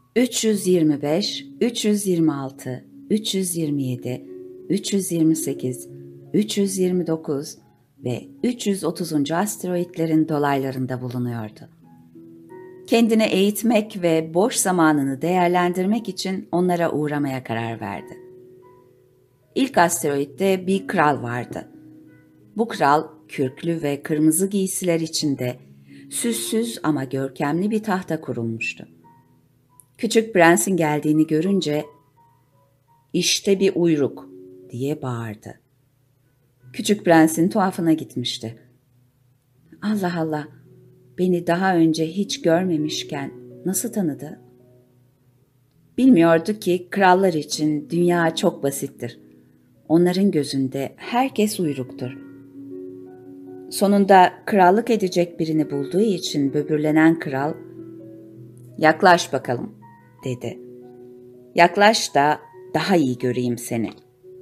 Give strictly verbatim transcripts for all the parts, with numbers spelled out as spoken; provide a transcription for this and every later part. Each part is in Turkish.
üç yüz yirmi beş, üç yüz yirmi altı, üç yüz yirmi yedi, üç yüz yirmi sekiz, üç yüz yirmi dokuz ve üç yüz otuzuncu asteroitlerin dolaylarında bulunuyordu. Kendini eğitmek ve boş zamanını değerlendirmek için onlara uğramaya karar verdi. İlk asteroitte bir kral vardı. Bu kral kürklü ve kırmızı giysiler içinde süssüz ama görkemli bir tahta kurulmuştu. Küçük prensin geldiğini görünce "İşte bir uyruk" diye bağırdı. Küçük prensin tuhafına gitmişti. Allah Allah, beni daha önce hiç görmemişken nasıl tanıdı? Bilmiyordu ki krallar için dünya çok basittir. Onların gözünde herkes uyruktur. Sonunda krallık edecek birini bulduğu için böbürlenen kral, "Yaklaş bakalım," dedi. "Yaklaş da daha iyi göreyim seni."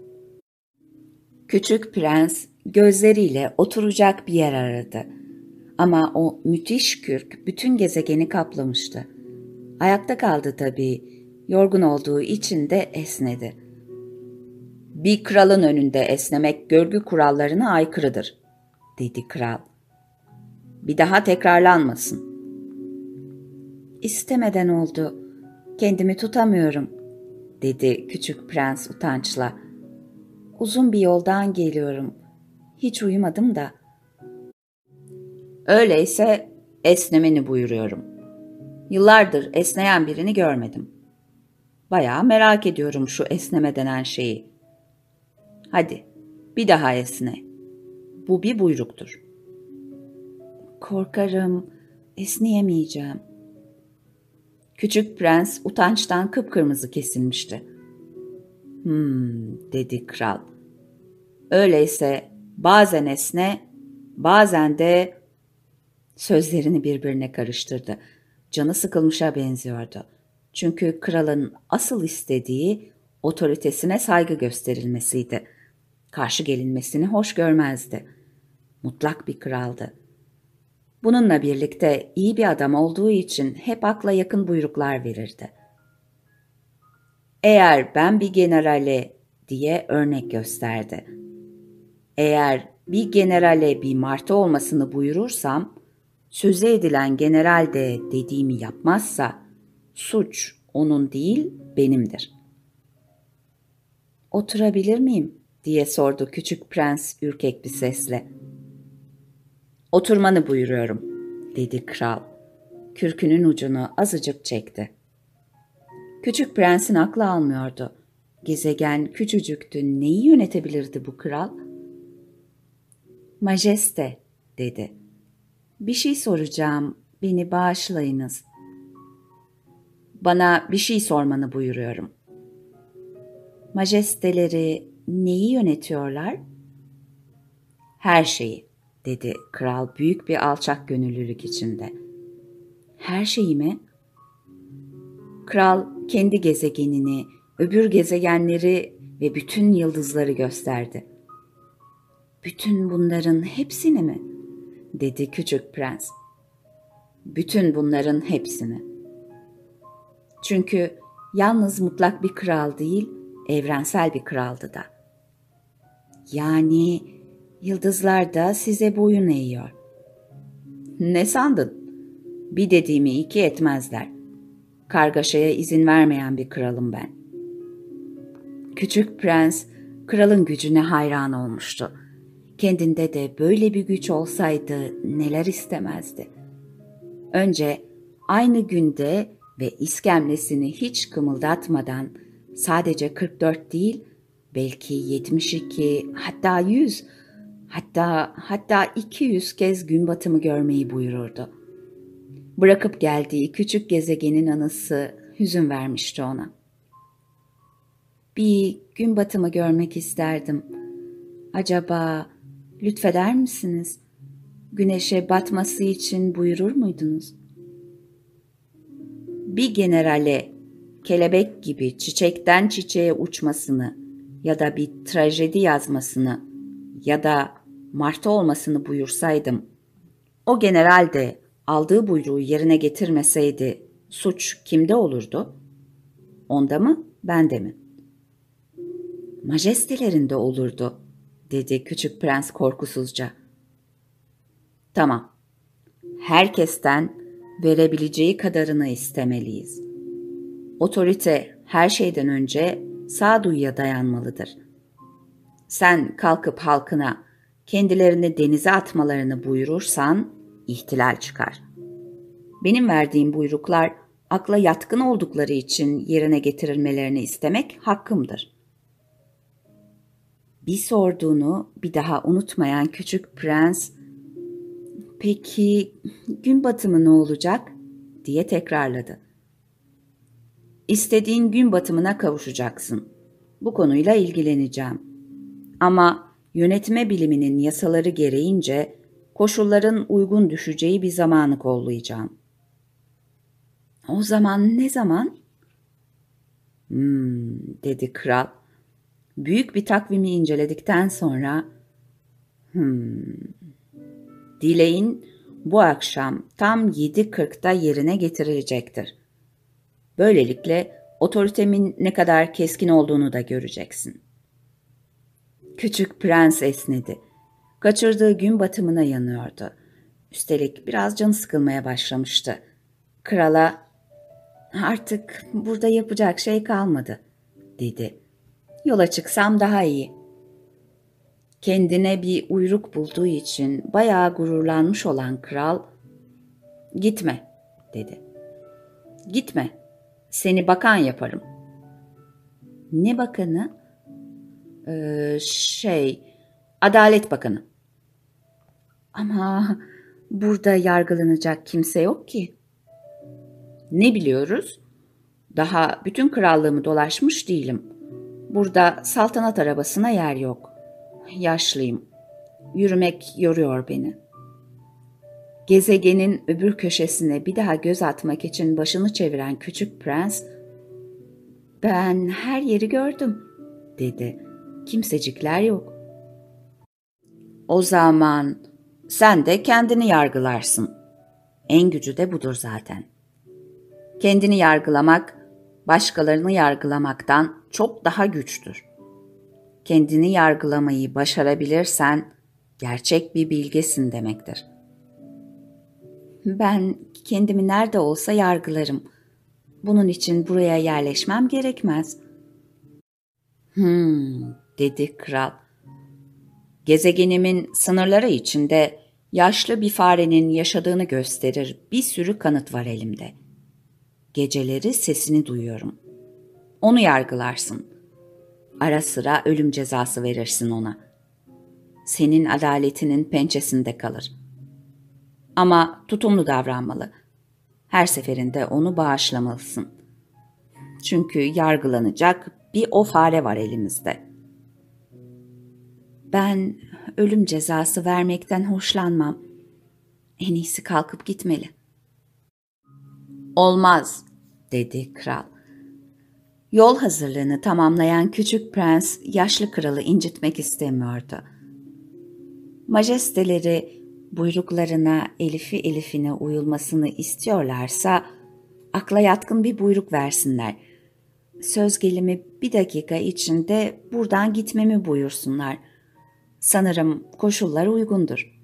Küçük prens gözleriyle oturacak bir yer aradı. Ama o müthiş kürk bütün gezegeni kaplamıştı. Ayakta kaldı tabii, yorgun olduğu için de esnedi. "Bir kralın önünde esnemek görgü kurallarına aykırıdır," dedi kral. "Bir daha tekrarlanmasın." "İstemeden oldu, kendimi tutamıyorum," dedi küçük prens utançla. "Uzun bir yoldan geliyorum, hiç uyumadım da." "Öyleyse esnemeni buyuruyorum. Yıllardır esneyen birini görmedim. Bayağı merak ediyorum şu esneme denen şeyi. Hadi, bir daha esne. Bu bir buyruktur." "Korkarım, esneyemeyeceğim." Küçük prens utançtan kıpkırmızı kesilmişti. "Hmm," dedi kral. "Öyleyse bazen esne, bazen de..." Sözlerini birbirine karıştırdı. Canı sıkılmışa benziyordu. Çünkü kralın asıl istediği otoritesine saygı gösterilmesiydi. Karşı gelinmesini hoş görmezdi. Mutlak bir kraldı. Bununla birlikte iyi bir adam olduğu için hep akla yakın buyruklar verirdi. "Eğer ben bir generale," diye örnek gösterdi. "Eğer bir generale bir martı olmasını buyurursam, sözü edilen general de dediğimi yapmazsa, suç onun değil benimdir." "Oturabilir miyim?" diye sordu küçük prens ürkek bir sesle. "Oturmanı buyuruyorum," dedi kral. Kürkünün ucunu azıcık çekti. Küçük prensin aklı almıyordu. Gezegen küçücüktü, neyi yönetebilirdi bu kral? "Majeste," dedi. "Bir şey soracağım, beni bağışlayınız." "Bana bir şey sormanı buyuruyorum." "Majesteleri neyi yönetiyorlar?" "Her şeyi," dedi kral büyük bir alçak gönüllülük içinde. "Her şeyi mi?" Kral kendi gezegenini, öbür gezegenleri ve bütün yıldızları gösterdi. "Bütün bunların hepsini mi?" dedi küçük prens. "Bütün bunların hepsini." Çünkü yalnız mutlak bir kral değil, evrensel bir kraldı da. "Yani yıldızlar da size boyun eğiyor." "Ne sandın? Bir dediğimi iki etmezler. Kargaşaya izin vermeyen bir kralım ben." Küçük prens kralın gücüne hayran olmuştu. Kendinde de böyle bir güç olsaydı neler istemezdi. Önce aynı günde ve iskemlesini hiç kımıldatmadan sadece kırk dört değil, belki yetmiş iki, hatta yüz, hatta hatta iki yüz kez gün batımı görmeyi buyururdu. Bırakıp geldiği küçük gezegenin anısı hüzün vermişti ona. "Bir gün batımı görmek isterdim. Acaba lütfeder misiniz? Güneşe batması için buyurur muydunuz?" Bir generale kelebek gibi çiçekten çiçeğe uçmasını ya da bir trajedi yazmasını ya da martı olmasını buyursaydım, o general de aldığı buyruğu yerine getirmeseydi suç kimde olurdu? Onda mı, bende mi? Majestelerinde olurdu, dedi küçük prens korkusuzca. Tamam, herkesten verebileceği kadarını istemeliyiz. Otorite her şeyden önce sağduyuya dayanmalıdır. Sen kalkıp halkına kendilerini denize atmalarını buyurursan ihtilal çıkar. Benim verdiğim buyruklar akla yatkın oldukları için yerine getirilmelerini istemek hakkımdır. Bir sorduğunu bir daha unutmayan küçük prens, "Peki gün batımı ne olacak?" diye tekrarladı. "İstediğin gün batımına kavuşacaksın. Bu konuyla ilgileneceğim. Ama yönetme biliminin yasaları gereğince koşulların uygun düşeceği bir zamanı kollayacağım." "O zaman ne zaman?" Hmm, dedi kral. Büyük bir takvimi inceledikten sonra, hmm, dileğin bu akşam tam yedi kırkta yerine getirilecektir. Böylelikle otoritemin ne kadar keskin olduğunu da göreceksin. Küçük prens esnedi. Kaçırdığı gün batımına yanıyordu. Üstelik biraz canı sıkılmaya başlamıştı. Krala, "Artık burada yapacak şey kalmadı," dedi. "Yola çıksam daha iyi." Kendine bir uyruk bulduğu için bayağı gururlanmış olan kral, "Gitme," dedi. "Gitme, seni bakan yaparım." "Ne bakanı?" Ee, şey, Adalet Bakanı. "Ama burada yargılanacak kimse yok ki." "Ne biliyoruz? Daha bütün krallığımı dolaşmış değilim. Burada saltanat arabasına yer yok. Yaşlıyım. Yürümek yoruyor beni." Gezegenin öbür köşesine bir daha göz atmak için başını çeviren küçük prens, "Ben her yeri gördüm," dedi. "Kimsecikler yok." "O zaman sen de kendini yargılarsın. En gücü de budur zaten. Kendini yargılamak, başkalarını yargılamaktan çok daha güçtür. Kendini yargılamayı başarabilirsen, gerçek bir bilgesin demektir." "Ben kendimi nerede olsa yargılarım. Bunun için buraya yerleşmem gerekmez." "Hmm," dedi kral. "Gezegenimin sınırları içinde yaşlı bir farenin yaşadığını gösterir bir sürü kanıt var elimde. Geceleri sesini duyuyorum. Onu yargılarsın. Ara sıra ölüm cezası verirsin ona. Senin adaletinin pençesinde kalır. Ama tutumlu davranmalı. Her seferinde onu bağışlamalısın. Çünkü yargılanacak bir o fare var elimizde." "Ben ölüm cezası vermekten hoşlanmam. En iyisi kalkıp gitmeli." "Olmaz," dedi kral. Yol hazırlığını tamamlayan küçük prens yaşlı kralı incitmek istemiyordu. Majesteleri buyruklarına elifi elifine uyulmasını istiyorlarsa akla yatkın bir buyruk versinler. Söz gelimi bir dakika içinde buradan gitmemi buyursunlar. Sanırım koşullar uygundur."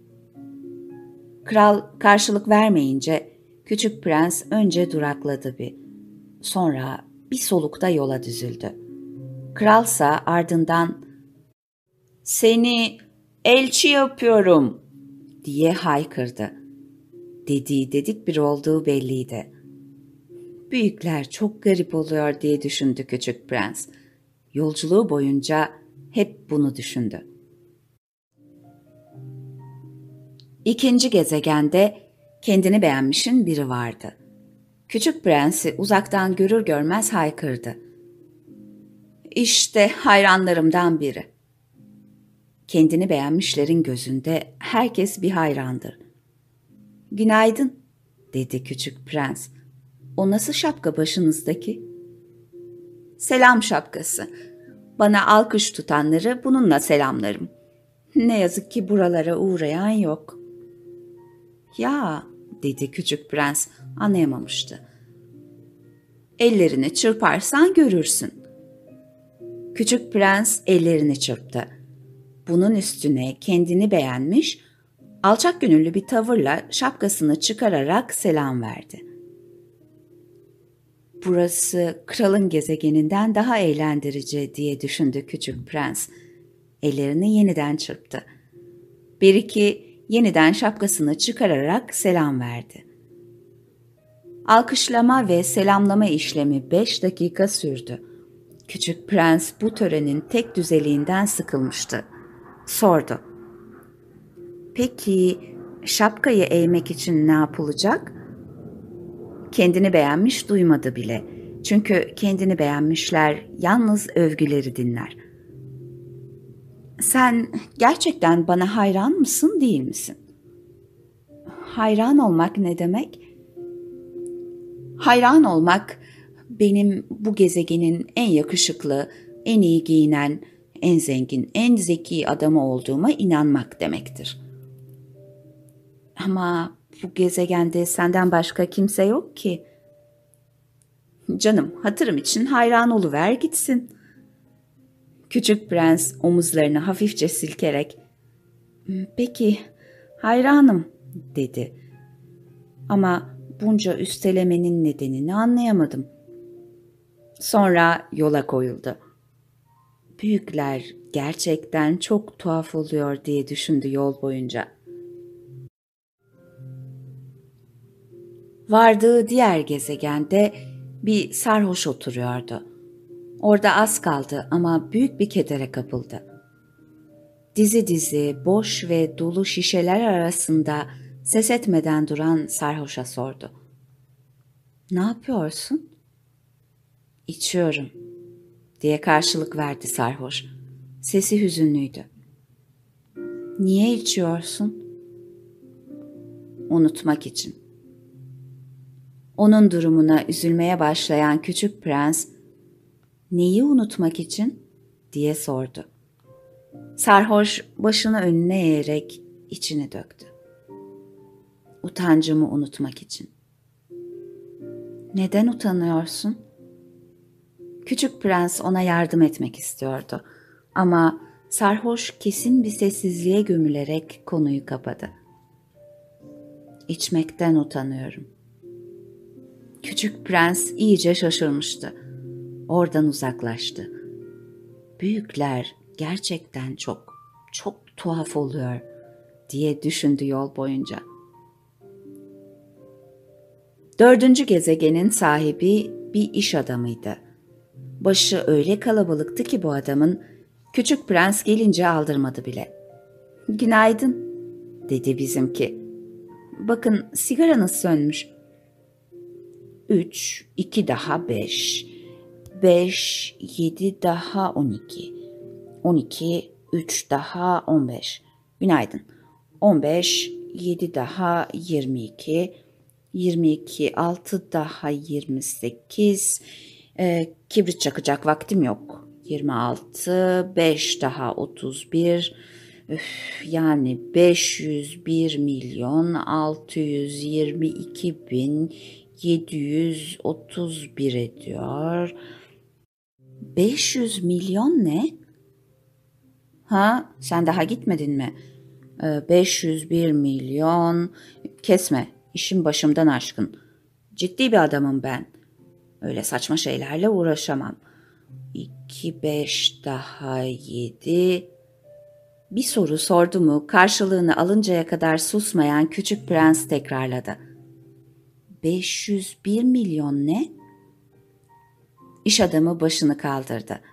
Kral karşılık vermeyince küçük prens önce durakladı bir. Sonra bir solukta yola düzüldü. Kralsa ardından, "Seni elçi yapıyorum," diye haykırdı. Dediği dedik bir olduğu belliydi. Büyükler çok garip oluyor diye düşündü küçük prens. Yolculuğu boyunca hep bunu düşündü. İkinci gezegende kendini beğenmişin biri vardı. Küçük prensi uzaktan görür görmez haykırdı. "İşte hayranlarımdan biri." Kendini beğenmişlerin gözünde herkes bir hayrandır. "Günaydın," dedi küçük prens. "O nasıl şapka başınızdaki?" "Selam şapkası. Bana alkış tutanları bununla selamlarım. Ne yazık ki buralara uğrayan yok." "Ya," dedi küçük prens, anlayamamıştı. Ellerini çırparsan görürsün. Küçük prens ellerini çırptı. Bunun üstüne kendini beğenmiş, alçak gönüllü bir tavırla şapkasını çıkararak selam verdi. Burası kralın gezegeninden daha eğlendirici diye düşündü küçük prens. Ellerini yeniden çırptı. Bir iki yeniden şapkasını çıkararak selam verdi. Alkışlama ve selamlama işlemi beş dakika sürdü. Küçük prens bu törenin tek düzeliğinden sıkılmıştı. Sordu. Peki şapkayı eğmek için ne yapılacak? Kendini beğenmiş duymadı bile. Çünkü kendini beğenmişler yalnız övgüleri dinler. Sen gerçekten bana hayran mısın, değil misin? Hayran olmak ne demek? Hayran olmak benim bu gezegenin en yakışıklı, en iyi giyinen, en zengin, en zeki adamı olduğuma inanmak demektir. Ama bu gezegende senden başka kimse yok ki. Canım, hatırım için hayran oluver gitsin. Küçük prens omuzlarını hafifçe silkerek, "Peki, hayranım," dedi. Ama bunca üstelemenin nedenini anlayamadım. Sonra yola koyuldu. Büyükler gerçekten çok tuhaf oluyor diye düşündü yol boyunca. Vardığı diğer gezegende bir sarhoş oturuyordu. Orada az kaldı ama büyük bir kedere kapıldı. Dizi dizi boş ve dolu şişeler arasında ses etmeden duran sarhoşa sordu. "Ne yapıyorsun?" "İçiyorum," diye karşılık verdi sarhoş. Sesi hüzünlüydü. "Niye içiyorsun?" "Unutmak için." Onun durumuna üzülmeye başlayan küçük prens, "Neyi unutmak için?" diye sordu. Sarhoş başını önüne eğerek içini döktü. "Utancımı unutmak için." "Neden utanıyorsun?" Küçük prens ona yardım etmek istiyordu. Ama sarhoş kesin bir sessizliğe gömülerek konuyu kapadı. "İçmekten utanıyorum." Küçük prens iyice şaşırmıştı. Oradan uzaklaştı. Büyükler gerçekten çok, çok tuhaf oluyor diye düşündü yol boyunca. Dördüncü gezegenin sahibi bir iş adamıydı. Başı öyle kalabalıktı ki bu adamın, küçük prens gelince aldırmadı bile. "Günaydın," dedi bizimki. "Bakın sigaranız sönmüş." Üç, iki daha beş, beş, yedi daha on iki, on iki, üç daha on beş. Günaydın. On beş, yedi daha yirmi iki, yirmi iki, altı daha yirmi sekiz, e, kibrit çakacak vaktim yok. yirmi altı, beş daha otuz bir, üf, yani beş yüz bir milyon altı yüz yirmi iki bin yedi yüz otuz bir ediyor. beş yüz milyon ne? Ha, sen daha gitmedin mi? Ee, beş yüz bir milyon. Kesme, işim başımdan aşkın. Ciddi bir adamım ben. Öyle saçma şeylerle uğraşamam. iki, beş daha yedi. Bir soru sordu mu karşılığını alıncaya kadar susmayan küçük prens tekrarladı. beş yüz bir milyon ne? İş adamı başını kaldırdı.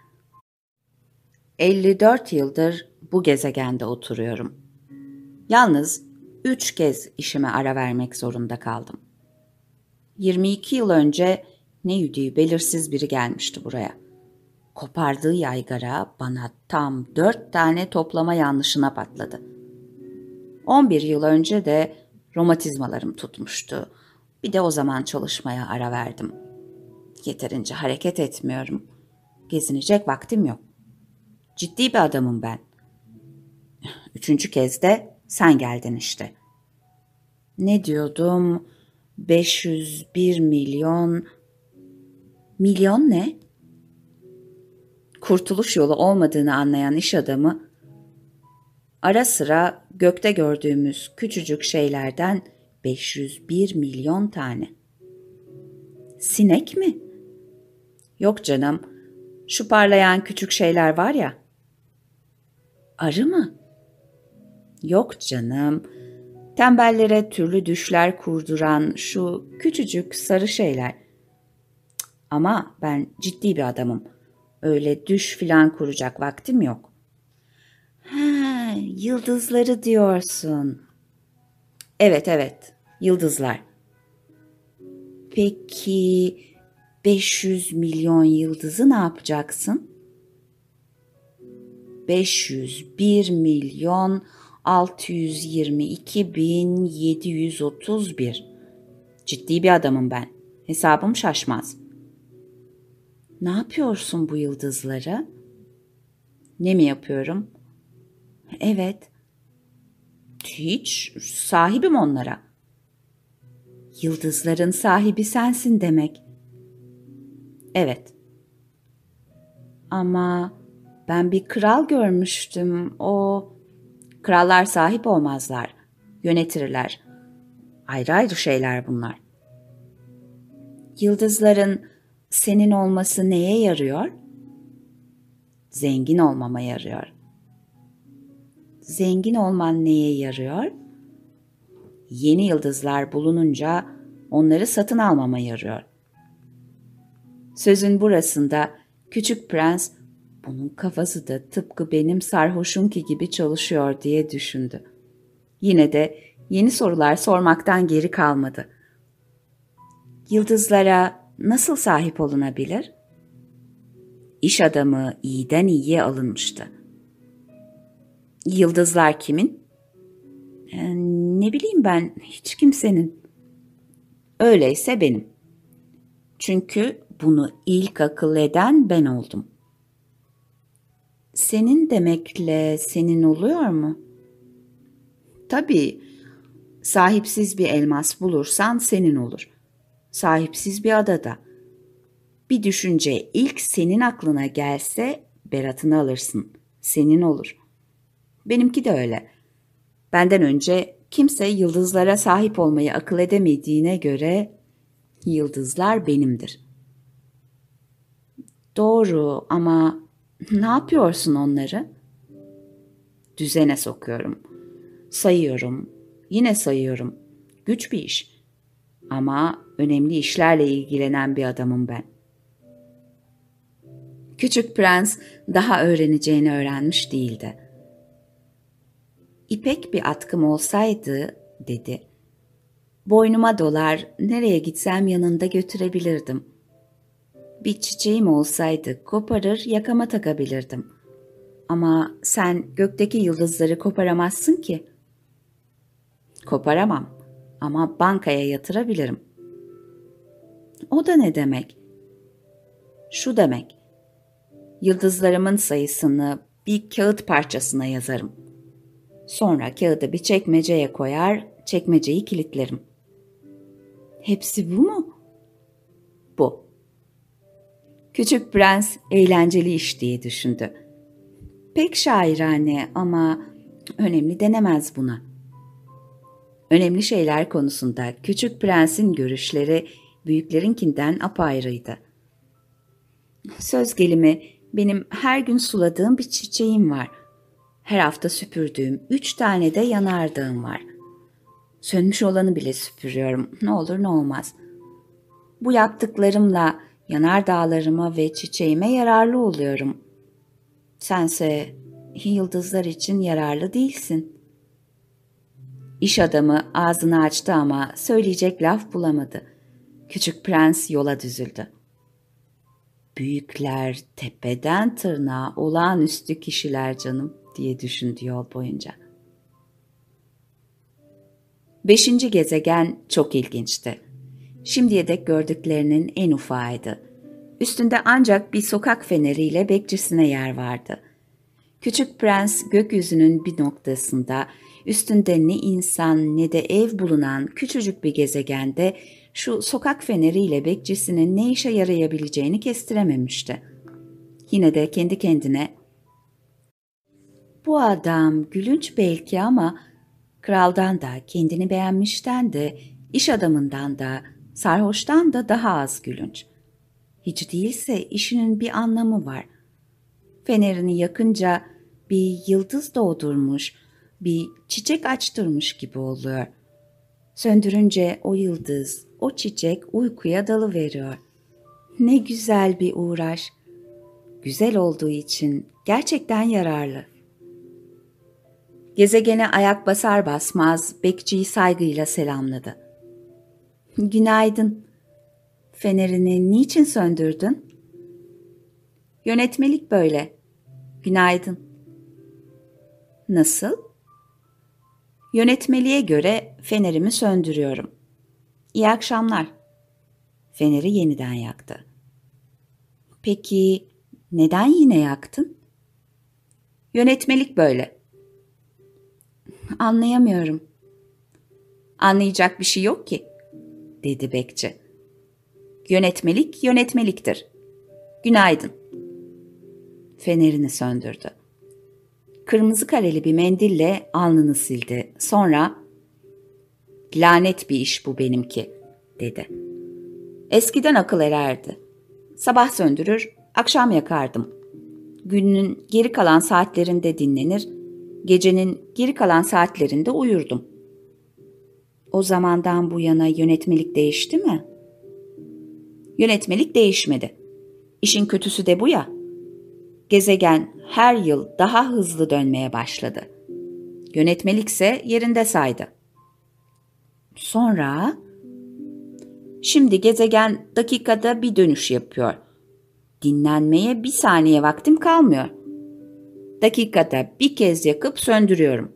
elli dört yıldır bu gezegende oturuyorum. Yalnız üç kez işime ara vermek zorunda kaldım. yirmi iki yıl önce ne yüdüğü belirsiz biri gelmişti buraya. Kopardığı yaygara bana tam dört tane toplama yanlışına patladı. on bir yıl önce de romatizmalarım tutmuştu. Bir de o zaman çalışmaya ara verdim. Yeterince hareket etmiyorum. Gezinecek vaktim yok. Ciddi bir adamım ben. Üçüncü kez de sen geldin işte. Ne diyordum? beş yüz bir milyon... Milyon ne? Kurtuluş yolu olmadığını anlayan iş adamı, ara sıra gökte gördüğümüz küçücük şeylerden beş yüz bir milyon tane. Sinek mi? Yok canım, şu parlayan küçük şeyler var ya. Arı mı? Yok canım, tembellere türlü düşler kurduran şu küçücük sarı şeyler. Ama ben ciddi bir adamım. Öyle düş filan kuracak vaktim yok. Ha, yıldızları diyorsun. Evet evet, yıldızlar. Peki beş yüz milyon yıldızı ne yapacaksın? beş yüz bir milyon altı yüz yirmi iki bin yedi yüz otuz bir. Ciddi bir adamım ben. Hesabım şaşmaz. Ne yapıyorsun bu yıldızlara? Ne mi yapıyorum? Evet. Hiç, sahibim onlara. Yıldızların sahibi sensin demek. Evet. Ama ben bir kral görmüştüm. O krallar sahip olmazlar. Yönetirler. Ayrı ayrı şeyler bunlar. Yıldızların senin olması neye yarıyor? Zengin olmama yarıyor. Zengin olman neye yarıyor? Yeni yıldızlar bulununca onları satın almama yarıyor. Sözün burasında küçük prens bunun kafası da tıpkı benim sarhoşunki gibi çalışıyor diye düşündü. Yine de yeni sorular sormaktan geri kalmadı. Yıldızlara nasıl sahip olunabilir? İş adamı iyiden iyiye alınmıştı. Yıldızlar kimin? Ee, ne bileyim ben, hiç kimsenin. Öyleyse benim. Çünkü bunu ilk akıl eden ben oldum. Senin demekle senin oluyor mu? Tabii, sahipsiz bir elmas bulursan senin olur. Sahipsiz bir adada. Bir düşünce ilk senin aklına gelse Berat'ını alırsın. Senin olur. Benimki de öyle. Benden önce kimse yıldızlara sahip olmayı akıl edemediğine göre yıldızlar benimdir. Doğru ama ne yapıyorsun onları? Düzene sokuyorum. Sayıyorum. Yine sayıyorum. Güç bir iş. Ama önemli işlerle ilgilenen bir adamım ben. Küçük prens daha öğreneceğini öğrenmiş değildi. İpek bir atkım olsaydı, dedi. Boynuma dolar, nereye gitsem yanında götürebilirdim. Bir çiçeğim olsaydı koparır yakama takabilirdim. Ama sen gökteki yıldızları koparamazsın ki. Koparamam ama bankaya yatırabilirim. O da ne demek? Şu demek. Yıldızlarımın sayısını bir kağıt parçasına yazarım. Sonra kağıdı bir çekmeceye koyar, çekmeceyi kilitlerim. Hepsi bu mu? Bu. Küçük prens eğlenceli iş diye düşündü. Pek şairane ama önemli denemez buna. Önemli şeyler konusunda küçük prensin görüşleri büyüklerinkinden apayrıydı. Söz gelimi benim her gün suladığım bir çiçeğim var. Her hafta süpürdüğüm üç tane de yanardağım var. Sönmüş olanı bile süpürüyorum. Ne olur ne olmaz. Bu yaptıklarımla yanardağlarıma ve çiçeğime yararlı oluyorum. Sense yıldızlar için yararlı değilsin. İş adamı ağzını açtı ama söyleyecek laf bulamadı. Küçük prens yola düzüldü. Büyükler tepeden tırnağa olağanüstü kişiler canım diye düşündü yol boyunca. Beşinci gezegen çok ilginçti. Şimdiye dek gördüklerinin en ufağıydı. Üstünde ancak bir sokak feneriyle bekçisine yer vardı. Küçük prens gökyüzünün bir noktasında üstünde ne insan ne de ev bulunan küçücük bir gezegende şu sokak feneriyle bekçisinin ne işe yarayabileceğini kestirememişti. Yine de kendi kendine, bu adam gülünç belki ama kraldan da, kendini beğenmişten de, iş adamından da, sarhoştan da daha az gülünç. Hiç değilse işinin bir anlamı var. Fenerini yakınca bir yıldız doğdurmuş, bir çiçek açtırmış gibi oluyor. Söndürünce o yıldız, o çiçek uykuya dalıveriyor. Ne güzel bir uğraş. Güzel olduğu için gerçekten yararlı. Gezegene ayak basar basmaz bekçiyi saygıyla selamladı. Günaydın. Fenerini niçin söndürdün? Yönetmelik böyle. Günaydın. Nasıl? Yönetmeliğe göre fenerimi söndürüyorum. İyi akşamlar. Feneri yeniden yaktı. Peki neden yine yaktın? Yönetmelik böyle. Anlayamıyorum. Anlayacak bir şey yok ki, dedi bekçi. Yönetmelik yönetmeliktir. Günaydın. Fenerini söndürdü. Kırmızı kareli bir mendille alnını sildi. Sonra, lanet bir iş bu benimki, dedi. Eskiden akıl ererdi. Sabah söndürür, akşam yakardım. Günün geri kalan saatlerinde dinlenir, gecenin geri kalan saatlerinde uyurdum. O zamandan bu yana yönetmelik değişti mi? Yönetmelik değişmedi. İşin kötüsü de bu ya. Gezegen her yıl daha hızlı dönmeye başladı. Yönetmelikse yerinde saydı. Sonra, şimdi gezegen dakikada bir dönüş yapıyor. Dinlenmeye bir saniye vaktim kalmıyor. Dakikada bir kez yakıp söndürüyorum.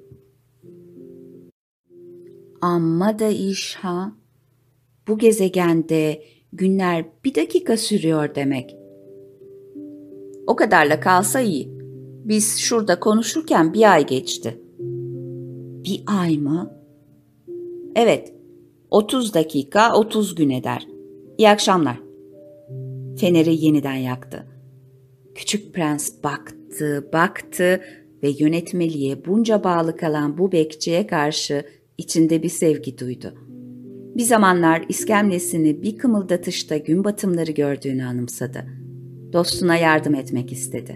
Amma da iş ha. Bu gezegende günler bir dakika sürüyor demek. O kadarla kalsa iyi. Biz şurada konuşurken bir ay geçti. Bir ay mı? Evet. otuz dakika otuz gün eder. İyi akşamlar. Feneri yeniden yaktı. Küçük prens baktı, baktı ve yönetmeliğe bunca bağlı kalan bu bekçiye karşı içinde bir sevgi duydu. Bir zamanlar iskemlesini bir kımıldatışta gün batımları gördüğünü anımsadı. Dostuna yardım etmek istedi.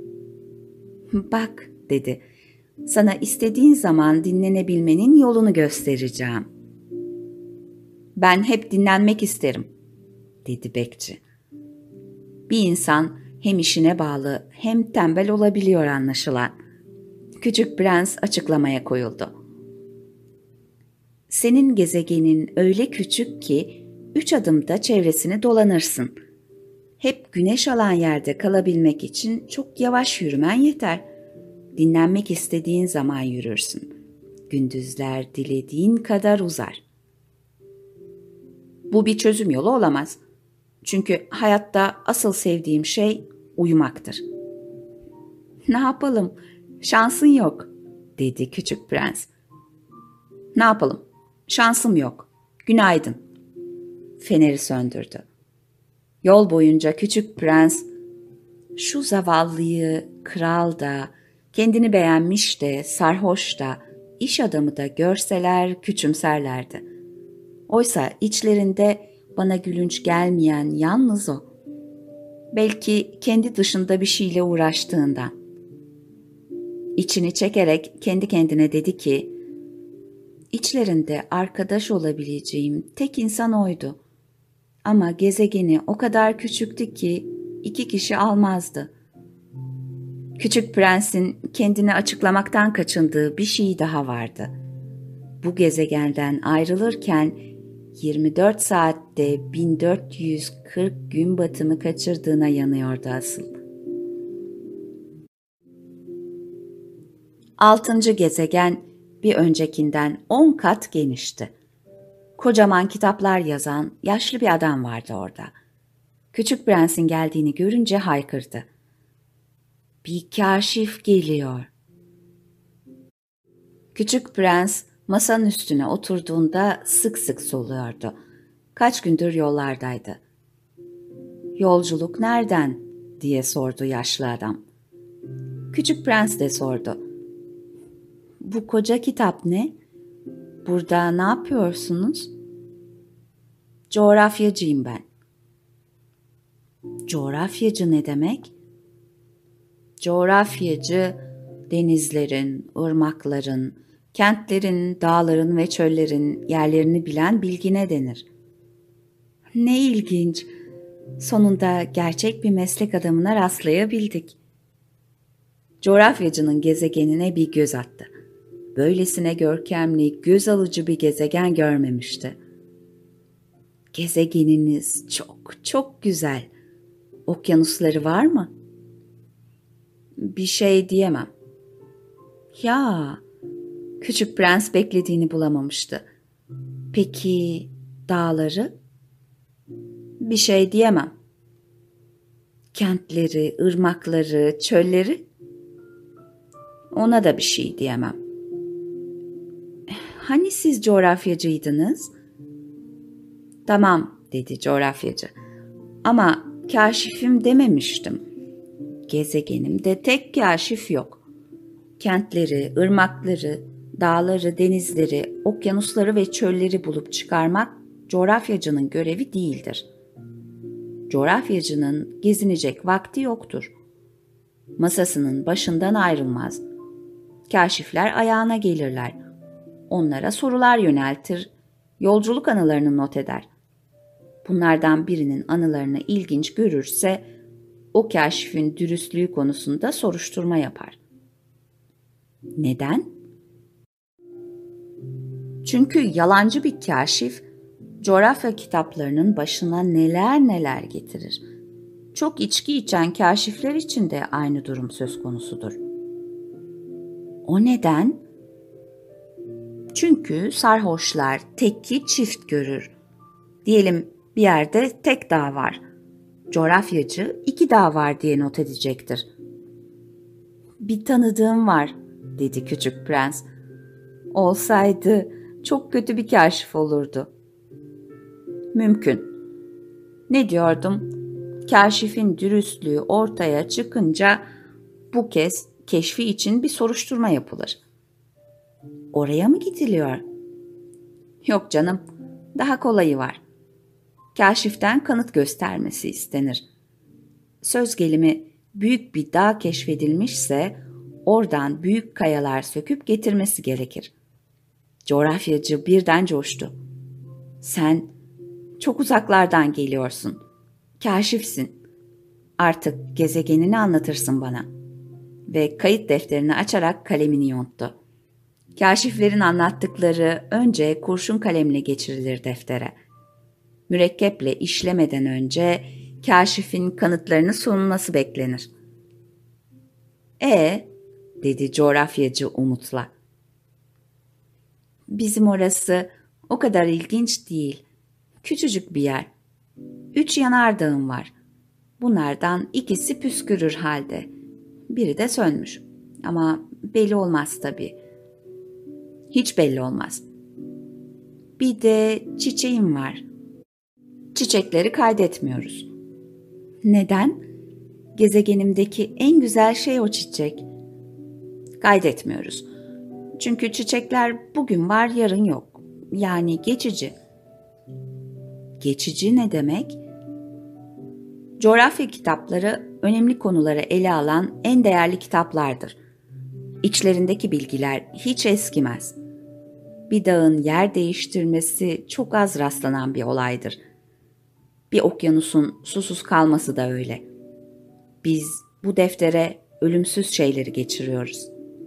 Bak, dedi, sana istediğin zaman dinlenebilmenin yolunu göstereceğim. Ben hep dinlenmek isterim, dedi bekçi. Bir insan hem işine bağlı hem tembel olabiliyor anlaşılan. Küçük prens açıklamaya koyuldu. Senin gezegenin öyle küçük ki üç adımda çevresini dolanırsın. Hep güneş alan yerde kalabilmek için çok yavaş yürümen yeter. Dinlenmek istediğin zaman yürürsün. Gündüzler dilediğin kadar uzar. Bu bir çözüm yolu olamaz. Çünkü hayatta asıl sevdiğim şey uyumaktır. Ne yapalım? Şansın yok, dedi küçük prens. Ne yapalım? Şansım yok. Günaydın. Feneri söndürdü. Yol boyunca küçük prens, şu zavallıyı kral da, kendini beğenmiş de, sarhoş da, iş adamı da görseler küçümserlerdi. Oysa içlerinde bana gülünç gelmeyen yalnız o. Belki kendi dışında bir şeyle uğraştığından. İçini çekerek kendi kendine dedi ki, İçlerinde arkadaş olabileceğim tek insan oydu. Ama gezegeni o kadar küçüktü ki iki kişi almazdı. Küçük prensin kendini açıklamaktan kaçındığı bir şey daha vardı. Bu gezegenden ayrılırken yirmi dört saatte bin dört yüz kırk gün batımı kaçırdığına yanıyordu asıl. Altıncı gezegen bir öncekinden on kat genişti. Kocaman kitaplar yazan yaşlı bir adam vardı orada. Küçük prensin geldiğini görünce haykırdı. Bir kâşif geliyor. Küçük prens masanın üstüne oturduğunda sık sık soluyordu. kaç gündür yollardaydı. "Yolculuk nereden?" diye sordu yaşlı adam. Küçük Prens de sordu. "Bu koca kitap ne? Burada ne yapıyorsunuz?" "Coğrafyacıyım ben." "Coğrafyacı ne demek?" "Coğrafyacı, denizlerin, ırmakların, kentlerin, dağların ve çöllerin yerlerini bilen bilgine denir." "Ne ilginç. Sonunda gerçek bir meslek adamına rastlayabildik." Coğrafyacının gezegenine bir göz attı. Böylesine görkemli, göz alıcı bir gezegen görmemişti. "Gezegeniniz çok, çok güzel. Okyanusları var mı?" "Bir şey diyemem." "Ya," Küçük Prens beklediğini bulamamıştı. "Peki dağları?" "Bir şey diyemem." "Kentleri, ırmakları, çölleri?" "Ona da bir şey diyemem." "Hani siz coğrafyacıydınız?" "Tamam," dedi coğrafyacı. "Ama kaşifim dememiştim. Gezegenimde tek kaşif yok. Kentleri, ırmakları, dağları, denizleri, okyanusları ve çölleri bulup çıkarmak coğrafyacının görevi değildir. Coğrafyacının gezinecek vakti yoktur. Masasının başından ayrılmaz. Kaşifler ayağına gelirler. Onlara sorular yöneltir, yolculuk anılarını not eder. Bunlardan birinin anılarını ilginç görürse o kaşifin dürüstlüğü konusunda soruşturma yapar." "Neden?" "Çünkü yalancı bir kaşif coğrafya kitaplarının başına neler neler getirir. Çok içki içen kaşifler için de aynı durum söz konusudur." "O neden?" "Çünkü sarhoşlar tekki çift görür. Diyelim bir yerde tek dağ var. Coğrafyacı iki dağ var diye not edecektir." "Bir tanıdığım var," dedi Küçük Prens. "Olsaydı çok kötü bir kaşif olurdu." "Mümkün. Ne diyordum? Kaşifin dürüstlüğü ortaya çıkınca bu kez keşfi için bir soruşturma yapılır." "Oraya mı gidiliyor?" "Yok canım, daha kolayı var. Kaşiften kanıt göstermesi istenir. Söz gelimi büyük bir dağ keşfedilmişse oradan büyük kayalar söküp getirmesi gerekir." Coğrafyacı birden coştu. "Sen çok uzaklardan geliyorsun. Kaşifsin. Artık gezegenini anlatırsın bana." Ve kayıt defterini açarak kalemini yonttu. Kaşiflerin anlattıkları önce kurşun kalemle geçirilir deftere. Mürekkeple işlemeden önce kaşifin kanıtlarını sunması beklenir. "E," dedi coğrafyacı umutla. "Bizim orası o kadar ilginç değil. Küçücük bir yer. Üç yanardağım var. Bunlardan ikisi püskürür halde. Biri de sönmüş. Ama belli olmaz tabii." "Hiç belli olmaz." "Bir de çiçeğim var." "Çiçekleri kaydetmiyoruz." "Neden? Gezegenimdeki en güzel şey o çiçek." "Kaydetmiyoruz. Çünkü çiçekler bugün var, yarın yok. Yani geçici." "Geçici ne demek?" "Coğrafya kitapları önemli konuları ele alan en değerli kitaplardır. İçlerindeki bilgiler hiç eskimez. Bir dağın yer değiştirmesi çok az rastlanan bir olaydır. Bir okyanusun susuz kalması da öyle. Biz bu deftere ölümsüz şeyleri geçiriyoruz."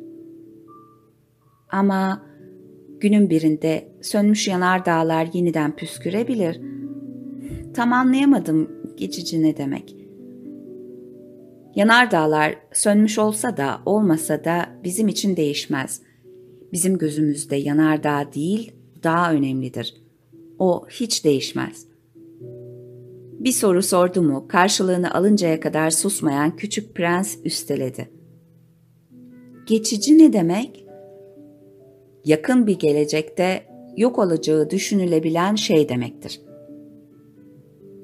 "Ama günün birinde sönmüş yanardağlar yeniden püskürebilir." "Tam anlayamadım geçici ne demek." "Yanardağlar sönmüş olsa da olmasa da bizim için değişmez. Bizim gözümüzde yanardağ değil, dağ önemlidir. O hiç değişmez." Bir soru sordu mu karşılığını alıncaya kadar susmayan Küçük Prens üsteledi. "Geçici ne demek?" "Yakın bir gelecekte yok olacağı düşünülebilen şey demektir.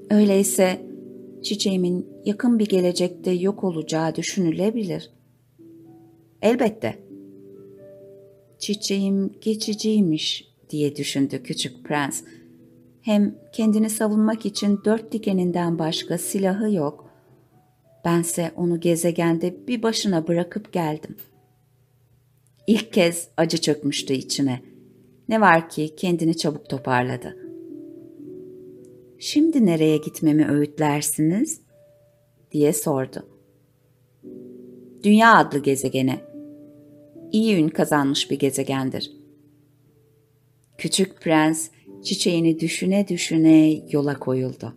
Öyleyse çiçeğimin yakın bir gelecekte yok olacağı düşünülebilir. Elbette. Çiçeğim geçiciymiş diye düşündü küçük prens. Hem kendini savunmak için dört dikeninden başka silahı yok. Bense onu gezegende bir başına bırakıp geldim. İlk kez acı çökmüştü içine. Ne var ki kendini çabuk toparladı. Şimdi nereye gitmemi öğütlersiniz? Diye sordu. Dünya adlı gezegene. İyi ün kazanmış bir gezegendir. Küçük prens çiçeğini düşüne düşüne yola koyuldu.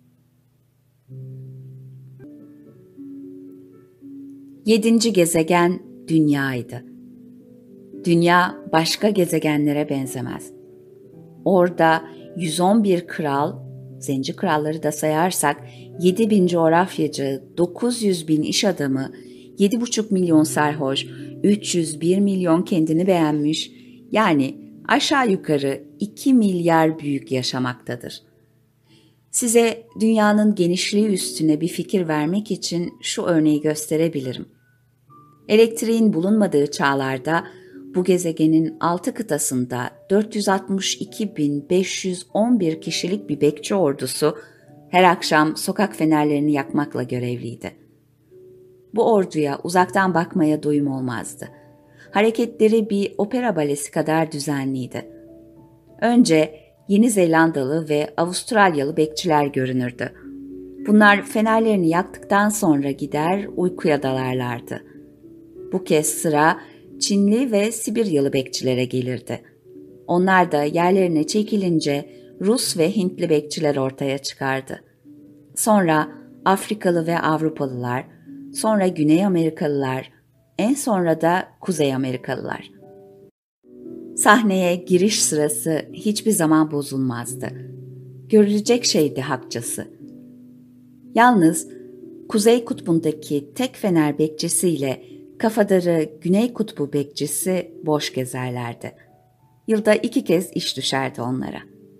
Yedinci gezegen Dünya'ydı. Dünya başka gezegenlere benzemez. Orada yüz on bir kral, zenci kralları da sayarsak yedi bin coğrafyacı, dokuz yüz bin iş adamı, yedi buçuk milyon sarhoş, üç yüz bir milyon kendini beğenmiş, yani aşağı yukarı iki milyar büyük yaşamaktadır. Size dünyanın genişliği üstüne bir fikir vermek için şu örneği gösterebilirim. Elektriğin bulunmadığı çağlarda bu gezegenin altı kıtasında dört yüz altmış iki bin beş yüz on bir kişilik bir bekçi ordusu her akşam sokak fenerlerini yakmakla görevliydi. Bu orduya uzaktan bakmaya doyum olmazdı. Hareketleri bir opera balesi kadar düzenliydi. Önce Yeni Zelandalı ve Avustralyalı bekçiler görünürdü. Bunlar fenerlerini yaktıktan sonra gider uykuya dalarlardı. Bu kez sıra Çinli ve Sibiryalı bekçilere gelirdi. Onlar da yerlerine çekilince Rus ve Hintli bekçiler ortaya çıkardı. Sonra Afrikalı ve Avrupalılar, sonra Güney Amerikalılar, en sonra da Kuzey Amerikalılar. Sahneye giriş sırası hiçbir zaman bozulmazdı. Görülecek şeydi hakçası. Yalnız Kuzey Kutbu'ndaki tek fener bekçisiyle kafadarı Güney Kutbu bekçisi boş gezerlerdi. Yılda iki kez iş düşerdi onlara.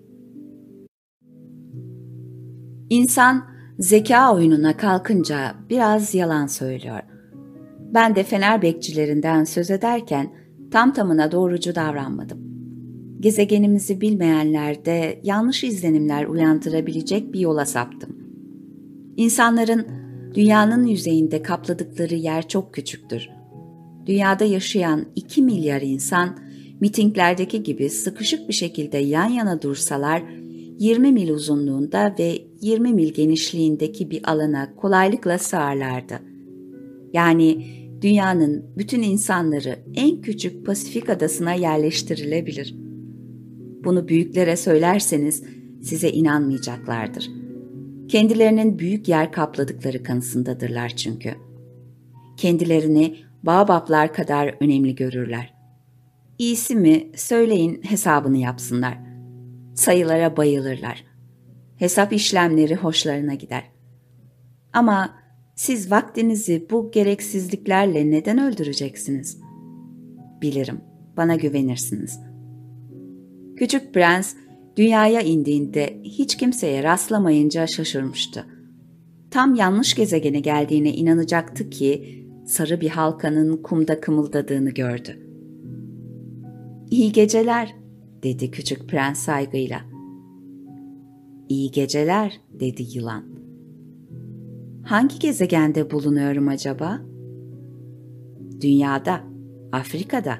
İnsan zeka oyununa kalkınca biraz yalan söylüyor. Ben de fener bekçilerinden söz ederken tam tamına doğrucu davranmadım. Gezegenimizi bilmeyenlerde yanlış izlenimler uyandırabilecek bir yola saptım. İnsanların dünyanın yüzeyinde kapladıkları yer çok küçüktür. Dünyada yaşayan iki milyar insan mitinglerdeki gibi sıkışık bir şekilde yan yana dursalar yirmi mil uzunluğunda ve yirmi mil genişliğindeki bir alana kolaylıkla sığarlardı. Yani dünyanın bütün insanları en küçük Pasifik adasına yerleştirilebilir. Bunu büyüklere söylerseniz size inanmayacaklardır. Kendilerinin büyük yer kapladıkları kanısındadırlar çünkü. Kendilerini baobaplar kadar önemli görürler. İyisi mi söyleyin hesabını yapsınlar. Sayılara bayılırlar. Hesap işlemleri hoşlarına gider. Ama siz vaktinizi bu gereksizliklerle neden öldüreceksiniz? Bilirim, bana güvenirsiniz. Küçük prens dünyaya indiğinde hiç kimseye rastlamayınca şaşırmıştı. Tam yanlış gezegene geldiğine inanacaktı ki sarı bir halkanın kumda kımıldadığını gördü. "İyi geceler," dedi küçük prens saygıyla. "İyi geceler," dedi yılan. "Hangi gezegende bulunuyorum acaba?" "Dünyada, Afrika'da."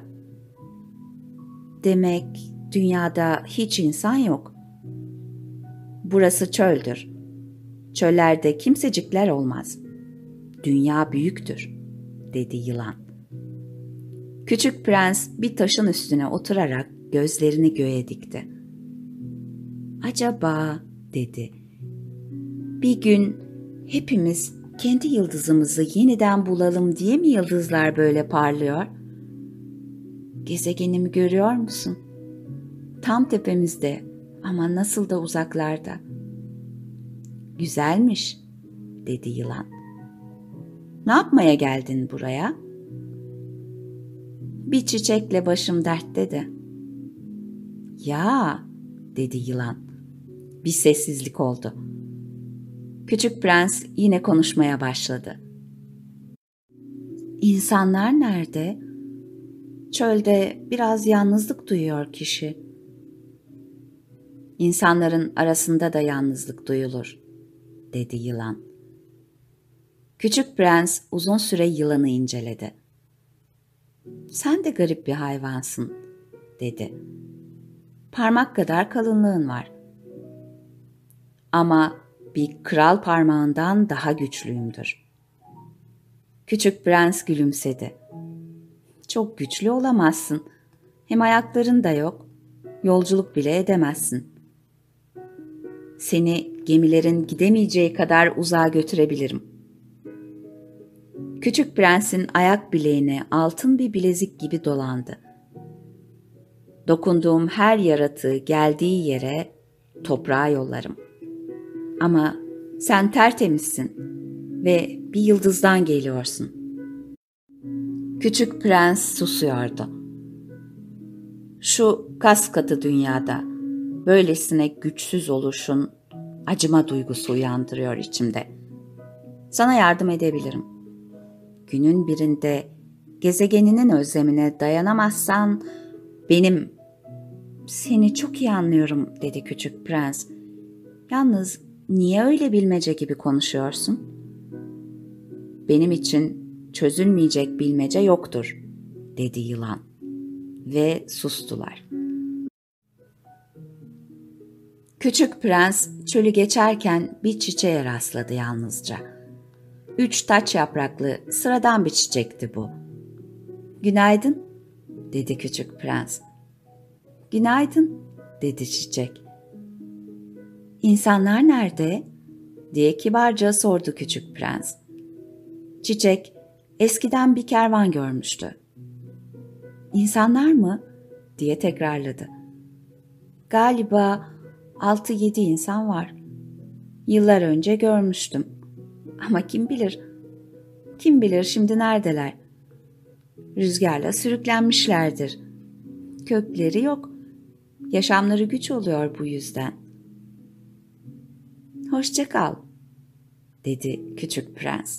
"Demek dünyada hiç insan yok." "Burası çöldür. Çöllerde kimsecikler olmaz. Dünya büyüktür," dedi yılan. Küçük prens bir taşın üstüne oturarak gözlerini göğe dikti. "Acaba," dedi, "bir gün hepimiz kendi yıldızımızı yeniden bulalım diye mi yıldızlar böyle parlıyor? Gezegenimi görüyor musun? Tam tepemizde ama nasıl da uzaklarda." "Güzelmiş," dedi yılan. "Ne yapmaya geldin buraya?" "Bir çiçekle başım dertte de." "Ya," dedi yılan. Bir sessizlik oldu. Küçük prens yine konuşmaya başladı. İnsanlar nerede? Çölde biraz yalnızlık duyuyor kişi. İnsanların arasında da yalnızlık duyulur, dedi yılan. Küçük prens uzun süre yılanı inceledi. Sen de garip bir hayvansın, dedi. Parmak kadar kalınlığın var. Ama bir kral parmağından daha güçlüyümdür. Küçük prens gülümsedi. Çok güçlü olamazsın. Hem ayakların da yok. Yolculuk bile edemezsin. Seni gemilerin gidemeyeceği kadar uzağa götürebilirim. Küçük prensin ayak bileğine altın bir bilezik gibi dolandı. Dokunduğum her yaratığı geldiği yere toprağa yollarım. Ama sen tertemizsin ve bir yıldızdan geliyorsun. Küçük prens susuyordu. Şu kas katı dünyada böylesine güçsüz oluşun acıma duygusu uyandırıyor içimde. Sana yardım edebilirim. Günün birinde gezegeninin özlemine dayanamazsan benim... Seni çok iyi anlıyorum, dedi küçük prens. Yalnız niye öyle bilmece gibi konuşuyorsun? Benim için çözülmeyecek bilmece yoktur, dedi yılan. Ve sustular. Küçük prens çölü geçerken bir çiçeğe rastladı yalnızca. Üç taç yapraklı sıradan bir çiçekti bu. Günaydın, dedi küçük prens. Günaydın, dedi çiçek. İnsanlar nerede? Diye kibarca sordu küçük prens. Çiçek eskiden bir kervan görmüştü. İnsanlar mı? Diye tekrarladı. Galiba altı yedi insan var. Yıllar önce görmüştüm. Ama kim bilir? Kim bilir şimdi neredeler? Rüzgarla sürüklenmişlerdir. Kökleri yok. Yaşamları güç oluyor bu yüzden. Hoşça kal, dedi küçük prens.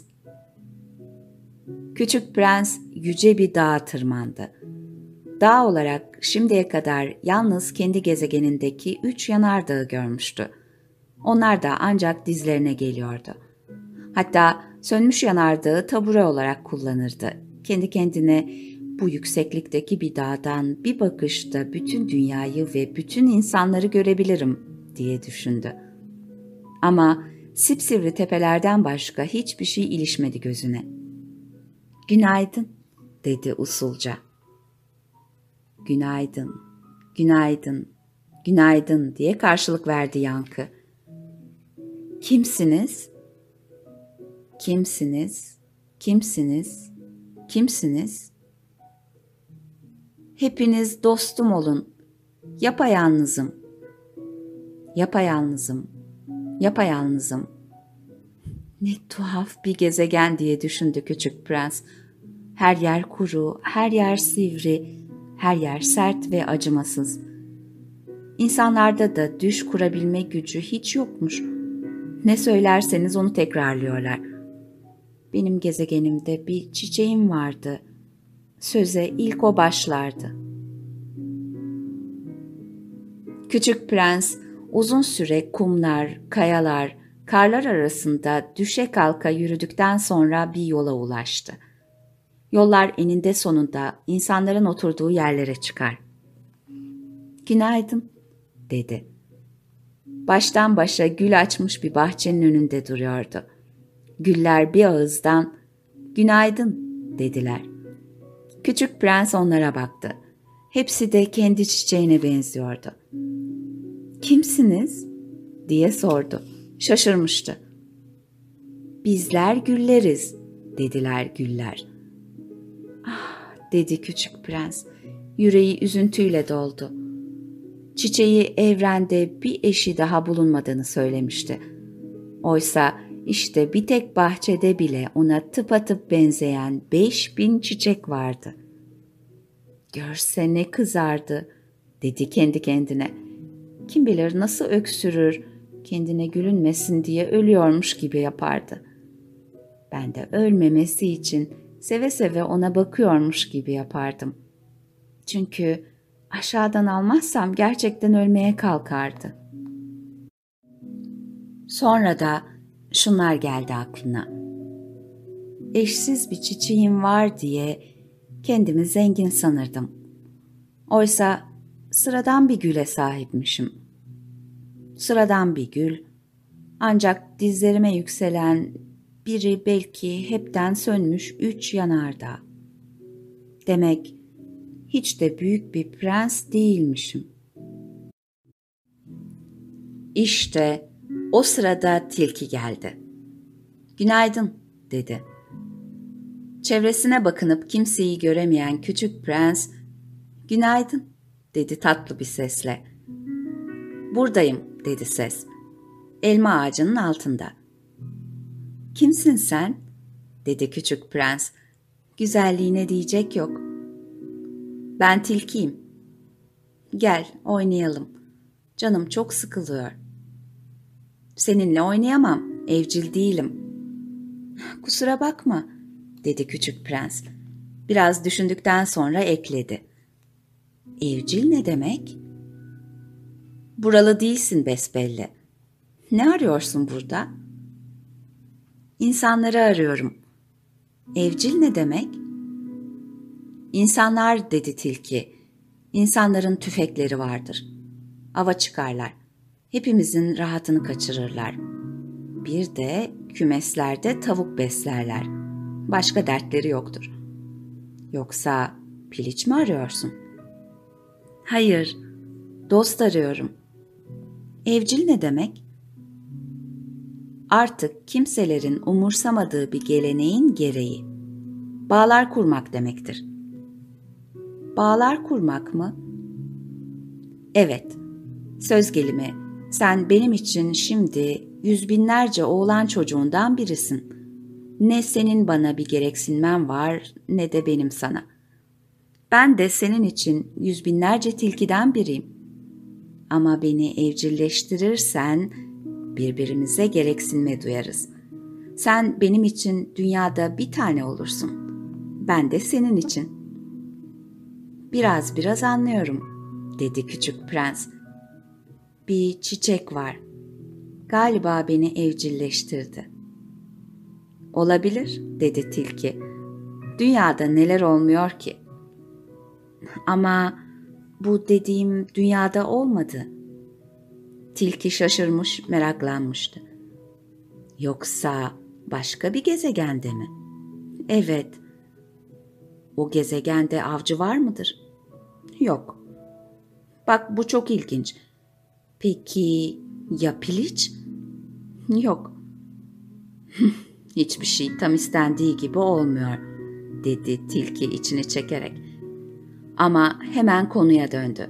Küçük prens yüce bir dağa tırmandı. Dağ olarak şimdiye kadar yalnız kendi gezegenindeki üç yanardağı görmüştü. Onlar da ancak dizlerine geliyordu. Hatta sönmüş yanardağı tabure olarak kullanırdı. Kendi kendine bu yükseklikteki bir dağdan bir bakışta bütün dünyayı ve bütün insanları görebilirim diye düşündü. Ama sipsivri tepelerden başka hiçbir şey ilişmedi gözüne. Günaydın, dedi usulca. Günaydın, günaydın, günaydın diye karşılık verdi yankı. Kimsiniz? Kimsiniz? Kimsiniz? Kimsiniz? Hepiniz dostum olun. Yapayalnızım. Yapayalnızım. Yapayalnızım. Ne tuhaf bir gezegen diye düşündü küçük prens. Her yer kuru, her yer sivri, her yer sert ve acımasız. İnsanlarda da düş kurabilme gücü hiç yokmuş. Ne söylerseniz onu tekrarlıyorlar. Benim gezegenimde bir çiçeğim vardı. Söze ilk o başlardı. Küçük prens uzun süre kumlar, kayalar, karlar arasında düşe kalka yürüdükten sonra bir yola ulaştı. Yollar eninde sonunda insanların oturduğu yerlere çıkar. Günaydın, dedi. Baştan başa gül açmış bir bahçenin önünde duruyordu. Güller bir ağızdan günaydın dediler. Küçük prens onlara baktı. Hepsi de kendi çiçeğine benziyordu. Kimsiniz? Diye sordu. Şaşırmıştı. Bizler gülleriz, dediler güller. Ah, dedi küçük prens. Yüreği üzüntüyle doldu. Çiçeği evrende bir eşi daha bulunmadığını söylemişti. Oysa işte bir tek bahçede bile ona tıpatıp benzeyen beş bin çiçek vardı. Görse ne kızardı, dedi kendi kendine. Kim bilir nasıl öksürür, kendine gülünmesin diye ölüyormuş gibi yapardı. Ben de ölmemesi için seve seve ona bakıyormuş gibi yapardım. Çünkü aşağıdan almazsam gerçekten ölmeye kalkardı. Sonra da şunlar geldi aklına. Eşsiz bir çiçeğim var diye kendimi zengin sanırdım. Oysa sıradan bir güle sahipmişim. Sıradan bir gül, ancak dizlerime yükselen biri belki hepten sönmüş üç yanardağ. Demek hiç de büyük bir prens değilmişim. İşte o sırada tilki geldi. "Günaydın," dedi. Çevresine bakınıp kimseyi göremeyen küçük prens, "Günaydın," dedi tatlı bir sesle. "Buradayım," dedi ses. "Elma ağacının altında." "Kimsin sen?" dedi küçük prens. Güzelliğine diyecek yok. "Ben tilkiyim. Gel oynayalım. Canım çok sıkılıyor." "Seninle oynayamam, evcil değilim." "Kusura bakma," dedi küçük prens. Biraz düşündükten sonra ekledi. "Evcil ne demek?" "Buralı değilsin besbelli. Ne arıyorsun burada?" "İnsanları arıyorum." "Evcil ne demek?" "İnsanlar," dedi tilki. "İnsanların tüfekleri vardır. Ava çıkarlar. Hepimizin rahatını kaçırırlar. Bir de kümeslerde tavuk beslerler. Başka dertleri yoktur." "Yoksa piliç mi arıyorsun?" "Hayır, dost arıyorum." "Evcil ne demek?" "Artık kimselerin umursamadığı bir geleneğin gereği. Bağlar kurmak demektir." "Bağlar kurmak mı?" "Evet, söz gelimi sen benim için şimdi yüz binlerce oğlan çocuğundan birisin. Ne senin bana bir gereksinmen var ne de benim sana. Ben de senin için yüz binlerce tilkiden biriyim. Ama beni evcilleştirirsen birbirimize gereksinme duyarız. Sen benim için dünyada bir tane olursun. Ben de senin için." "Biraz biraz anlıyorum," dedi küçük prens. "Bir çiçek var. Galiba beni evcilleştirdi." "Olabilir," dedi tilki. "Dünyada neler olmuyor ki?" "Ama bu dediğim dünyada olmadı." Tilki şaşırmış, meraklanmıştı. "Yoksa başka bir gezegende mi?" "Evet." "O gezegende avcı var mıdır?" "Yok." "Bak bu çok ilginç. Peki ya piliç?" "Yok." "Hiçbir şey tam istendiği gibi olmuyor," dedi tilki içini çekerek. Ama hemen konuya döndü.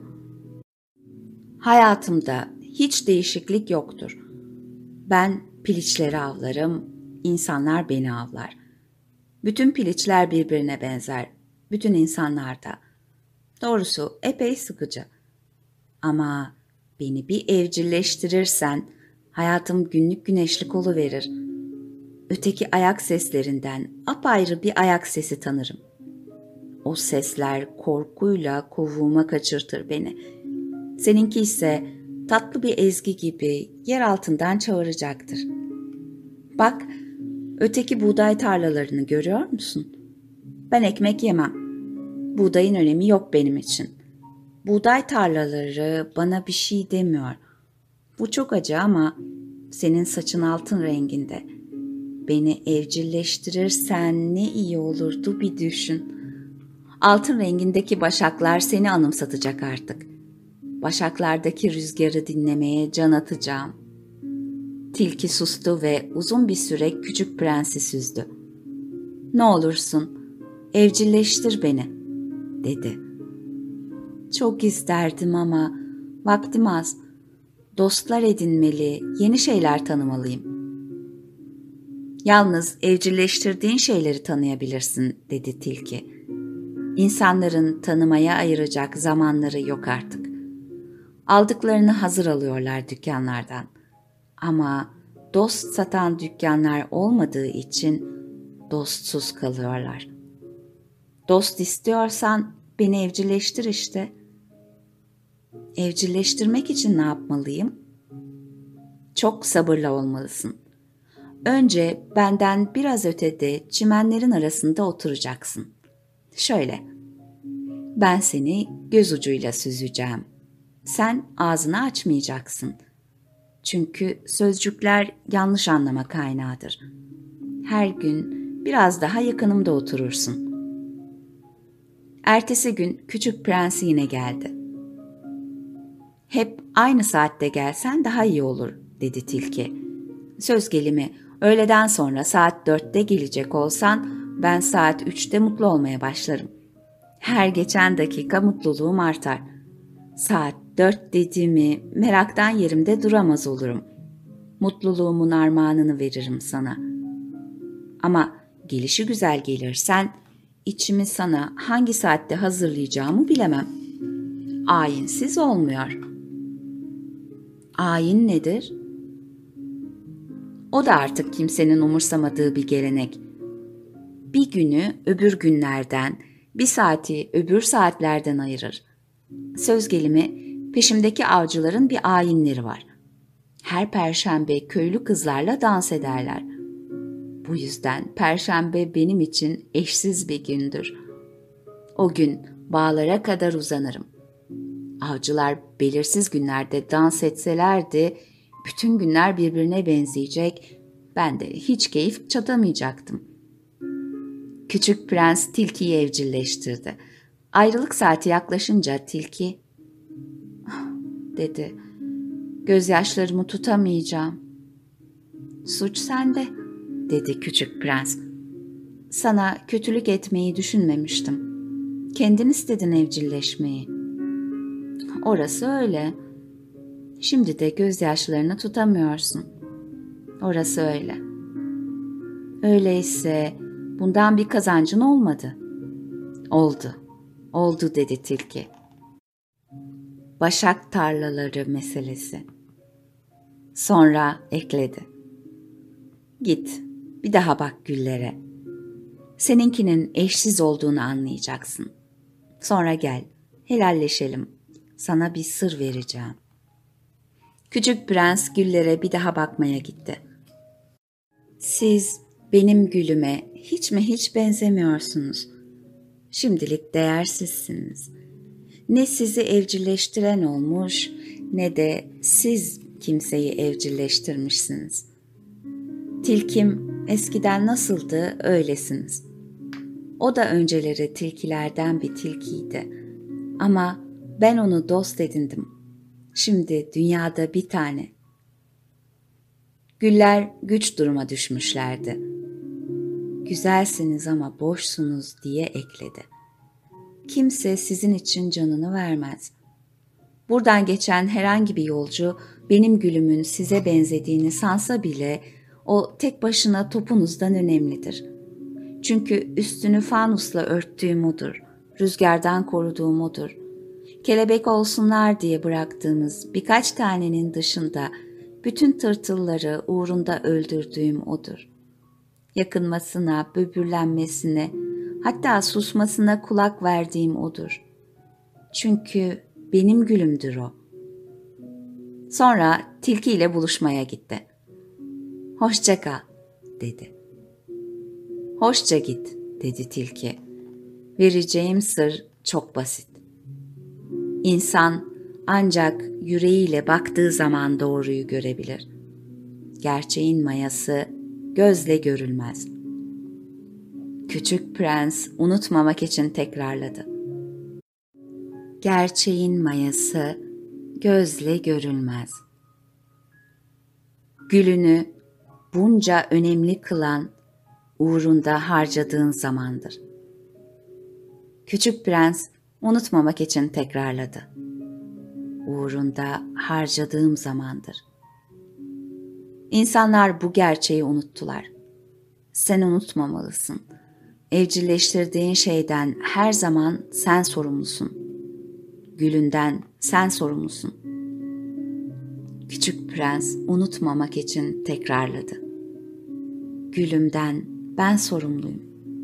"Hayatımda hiç değişiklik yoktur. Ben piliçleri avlarım, insanlar beni avlar. Bütün piliçler birbirine benzer, bütün insanlar da. Doğrusu epey sıkıcı. Ama beni bir evcilleştirirsen hayatım günlük güneşlik oluverir. Öteki ayak seslerinden apayrı bir ayak sesi tanırım. O sesler korkuyla kovuğuma kaçırtır beni. Seninki ise tatlı bir ezgi gibi yer altından çağıracaktır. Bak, öteki buğday tarlalarını görüyor musun? Ben ekmek yemem. Buğdayın önemi yok benim için. Buğday tarlaları bana bir şey demiyor. Bu çok acı ama senin saçın altın renginde. Beni evcilleştirirsen ne iyi olurdu bir düşün. Altın rengindeki başaklar seni anımsatacak artık. Başaklardaki rüzgarı dinlemeye can atacağım." Tilki sustu ve uzun bir süre küçük prensi süzdü. "Ne olursun, evcilleştir beni," dedi. "Çok isterdim ama vaktim az. Dostlar edinmeli, yeni şeyler tanımalıyım." "Yalnız evcilleştirdiğin şeyleri tanıyabilirsin," dedi tilki. "İnsanların tanımaya ayıracak zamanları yok artık. Aldıklarını hazır alıyorlar dükkanlardan. Ama dost satan dükkanlar olmadığı için dostsuz kalıyorlar. Dost istiyorsan beni evcilleştir işte. Evcilleştirmek için ne yapmalıyım? Çok sabırlı olmalısın. Önce benden biraz ötede çimenlerin arasında oturacaksın. Şöyle, ben seni göz ucuyla süzeceğim. Sen ağzını açmayacaksın. Çünkü sözcükler yanlış anlama kaynağıdır. Her gün biraz daha yakınımda oturursun. Ertesi gün küçük prens yine geldi. Hep aynı saatte gelsen daha iyi olur, dedi tilki. Söz gelimi, öğleden sonra saat dörtte gelecek olsan ben saat üçte mutlu olmaya başlarım. Her geçen dakika mutluluğum artar. Saat dört dediğimi meraktan yerimde duramaz olurum. Mutluluğumun armağanını veririm sana. Ama gelişi güzel gelirsen içimi sana hangi saatte hazırlayacağımı bilemem. Ayinsiz olmuyor. Ayin nedir? O da artık kimsenin umursamadığı bir gelenek. Bir günü öbür günlerden, bir saati öbür saatlerden ayırır. Söz gelimi, peşimdeki avcıların bir ayinleri var. Her perşembe köylü kızlarla dans ederler. Bu yüzden perşembe benim için eşsiz bir gündür. O gün bağlara kadar uzanırım. Avcılar belirsiz günlerde dans etselerdi, bütün günler birbirine benzeyecek, ben de hiç keyif çatamayacaktım. Küçük prens tilkiyi evcilleştirdi. Ayrılık saati yaklaşınca tilki, dedi, gözyaşlarımı tutamayacağım. Suç sende, dedi küçük prens. Sana kötülük etmeyi düşünmemiştim. Kendin istedin evcilleşmeyi. Orası öyle. Şimdi de gözyaşlarını tutamıyorsun. Orası öyle. Öyleyse bundan bir kazancın olmadı. Oldu, oldu dedi tilki. Başak tarlaları meselesi. Sonra ekledi. Git, bir daha bak güllere. Seninkinin eşsiz olduğunu anlayacaksın. Sonra gel, helalleşelim. Sana bir sır vereceğim. Küçük prens güllere bir daha bakmaya gitti. Siz benim gülüme hiç mi hiç benzemiyorsunuz. Şimdilik değersizsiniz. Ne sizi evcilleştiren olmuş, ne de siz kimseyi evcilleştirmişsiniz. Tilkim eskiden nasıldı öylesiniz. O da önceleri tilkilerden bir tilkiydi. Ama ben onu dost edindim. Şimdi dünyada bir tane. Güller güç duruma düşmüşlerdi. Güzelsiniz ama boşsunuz diye ekledi. Kimse sizin için canını vermez. Buradan geçen herhangi bir yolcu benim gülümün size benzediğini sansa bile o tek başına topunuzdan önemlidir. Çünkü üstünü fanusla örttüğüm odur, rüzgardan koruduğum odur. Kelebek olsunlar diye bıraktığımız birkaç tanenin dışında bütün tırtılları uğrunda öldürdüğüm odur. Yakınmasına, böbürlenmesine, hatta susmasına kulak verdiğim odur. Çünkü benim gülümdür o. Sonra tilki ile buluşmaya gitti. Hoşça kal, dedi. Hoşça git, dedi tilki. Vereceğim sır çok basit. İnsan ancak yüreğiyle baktığı zaman doğruyu görebilir. Gerçeğin mayası gözle görülmez. Küçük prens unutmamak için tekrarladı. Gerçeğin mayası gözle görülmez. Gülünü bunca önemli kılan uğrunda harcadığın zamandır. Küçük prens unutmamak için tekrarladı. Uğrunda harcadığım zamandır. İnsanlar bu gerçeği unuttular. Sen unutmamalısın. Evcilleştirdiğin şeyden her zaman sen sorumlusun. Gülünden sen sorumlusun. Küçük prens unutmamak için tekrarladı. Gülümden ben sorumluyum.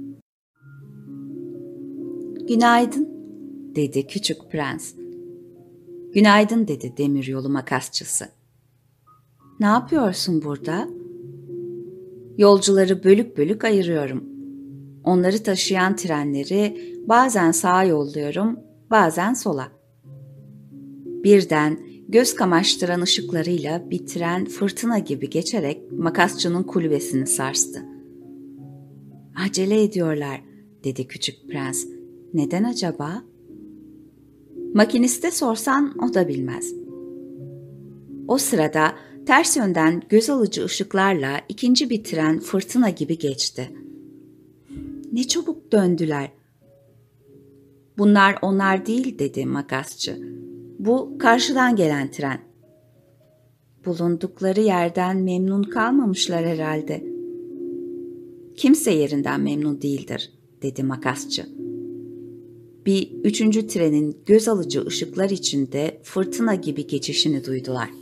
Günaydın, dedi küçük prens. Günaydın, dedi demiryolu makasçısı. Ne yapıyorsun burada? Yolcuları bölük bölük ayırıyorum. Onları taşıyan trenleri bazen sağa yolluyorum, bazen sola. Birden göz kamaştıran ışıklarıyla bir tren fırtına gibi geçerek makasçının kulübesini sarstı. Acele ediyorlar, dedi küçük prens. Neden acaba? Makiniste sorsan o da bilmez. O sırada ters yönden göz alıcı ışıklarla ikinci bir tren fırtına gibi geçti. Ne çabuk döndüler. Bunlar onlar değil, dedi makasçı. Bu karşıdan gelen tren. Bulundukları yerden memnun kalmamışlar herhalde. Kimse yerinden memnun değildir, dedi makasçı. Bir üçüncü trenin göz alıcı ışıklar içinde fırtına gibi geçişini duydular.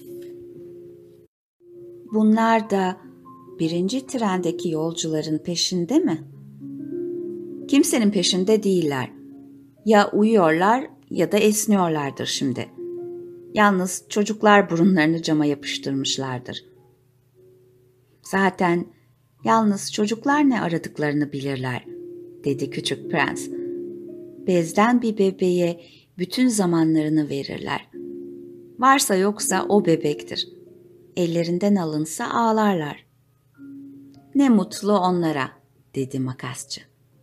Bunlar da birinci trendeki yolcuların peşinde mi? Kimsenin peşinde değiller. Ya uyuyorlar ya da esniyorlardır şimdi. Yalnız çocuklar burunlarını cama yapıştırmışlardır. Zaten yalnız çocuklar ne aradıklarını bilirler, dedi küçük prens. Bezden bir bebeğe bütün zamanlarını verirler. Varsa yoksa o bebektir. Ellerinden alınsa ağlarlar. Ne mutlu onlara, dedi makasçı.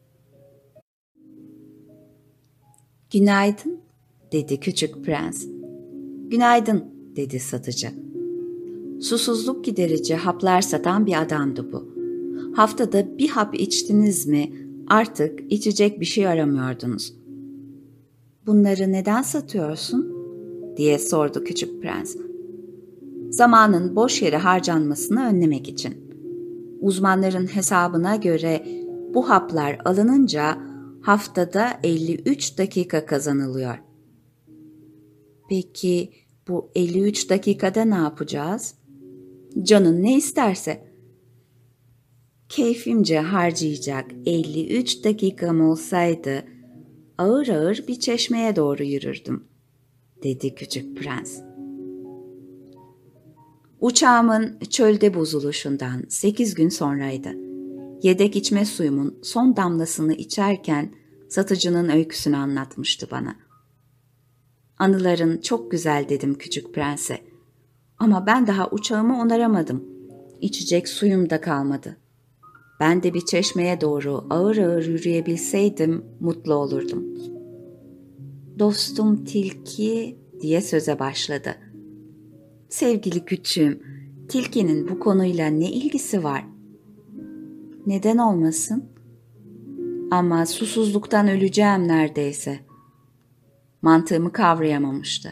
Günaydın, dedi küçük prens. Günaydın, dedi satıcı. Susuzluk giderici haplar satan bir adamdı bu. Haftada bir hap içtiniz mi artık içecek bir şey aramıyordunuz. Bunları neden satıyorsun? Diye sordu küçük prens. Zamanın boş yere harcanmasını önlemek için. Uzmanların hesabına göre bu haplar alınınca haftada elli üç dakika kazanılıyor. Peki bu elli üç dakikada ne yapacağız? Canın ne isterse. Keyfimce harcayacak elli üç dakikam olsaydı ağır ağır bir çeşmeye doğru yürürdüm, dedi küçük prens. Uçağımın çölde bozuluşundan sekiz gün sonraydı. Yedek içme suyumun son damlasını içerken satıcının öyküsünü anlatmıştı bana. Anıların çok güzel, dedim küçük prense. Ama ben daha uçağımı onaramadım. İçecek suyum da kalmadı. Ben de bir çeşmeye doğru ağır ağır yürüyebilseydim mutlu olurdum. Dostum tilki, diye söze başladı. Sevgili küçüğüm, tilkinin bu konuyla ne ilgisi var? Neden olmasın? Ama susuzluktan öleceğim neredeyse. Mantığımı kavrayamamıştı.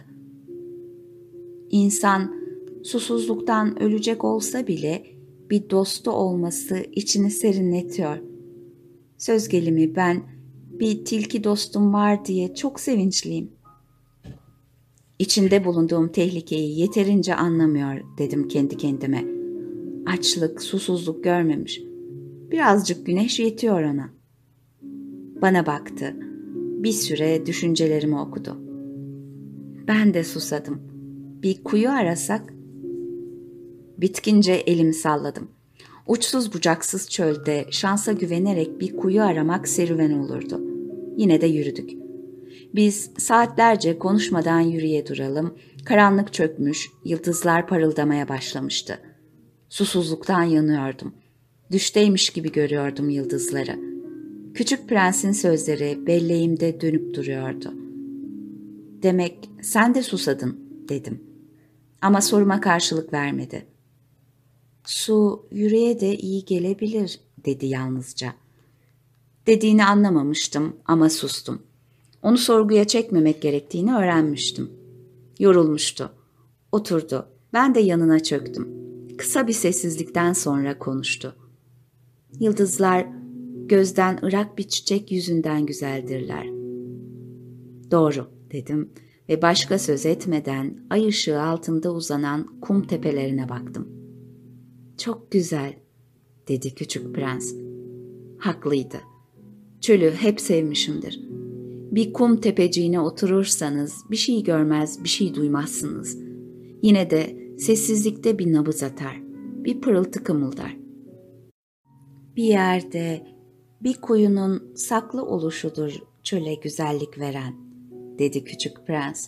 İnsan susuzluktan ölecek olsa bile bir dostu olması içini serinletiyor. Söz gelimi ben bir tilki dostum var diye çok sevinçliyim. İçinde bulunduğum tehlikeyi yeterince anlamıyor, dedim kendi kendime. Açlık, susuzluk görmemiş. Birazcık güneş yetiyor ona. Bana baktı. Bir süre düşüncelerimi okudu. Ben de susadım. Bir kuyu arasak? Bitkince elimi salladım. Uçsuz bucaksız çölde şansa güvenerek bir kuyu aramak serüven olurdu. Yine de yürüdük. Biz saatlerce konuşmadan yürüye duralım, karanlık çökmüş, yıldızlar parıldamaya başlamıştı. Susuzluktan yanıyordum. Düşteymiş gibi görüyordum yıldızları. Küçük prensin sözleri belleğimde dönüp duruyordu. Demek sen de susadın, dedim. Ama soruma karşılık vermedi. Su yüreğe de iyi gelebilir, dedi yalnızca. Dediğini anlamamıştım ama sustum. Onu sorguya çekmemek gerektiğini öğrenmiştim. Yorulmuştu. Oturdu. Ben de yanına çöktüm. Kısa bir sessizlikten sonra konuştu. Yıldızlar gözden ırak bir çiçek yüzünden güzeldirler. Doğru, dedim. ve başka söz etmeden ay ışığı altında uzanan kum tepelerine baktım. "Çok güzel," dedi küçük prens. Haklıydı. Çölü hep sevmişimdir. Bir kum tepeciğine oturursanız bir şey görmez, bir şey duymazsınız. Yine de sessizlikte bir nabız atar, bir pırıltı kımıldar. Bir yerde bir kuyunun saklı oluşudur çöle güzellik veren, dedi küçük prens.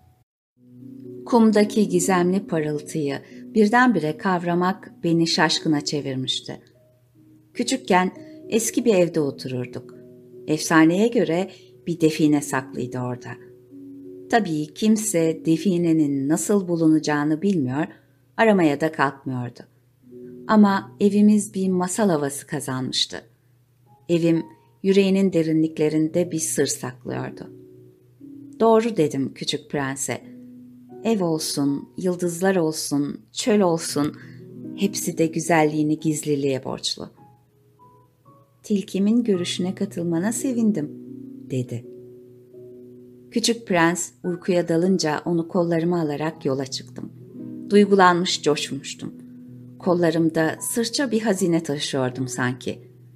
Kumdaki gizemli parıltıyı birdenbire kavramak beni şaşkına çevirmişti. Küçükken eski bir evde otururduk. Efsaneye göre bir define saklıydı orada. Tabii kimse definenin nasıl bulunacağını bilmiyor, aramaya da kalkmıyordu. Ama evimiz bir masal havası kazanmıştı. Evim yüreğinin derinliklerinde bir sır saklıyordu. "Doğru," dedim küçük prense. "Ev olsun, yıldızlar olsun, çöl olsun, hepsi de güzelliğini gizliliğe borçlu." "Tilkimin görüşüne katılmana sevindim," dedi. Küçük prens uykuya dalınca onu kollarıma alarak yola çıktım. Duygulanmış coşmuştum. Kollarımda sırça bir hazine taşıyordum sanki.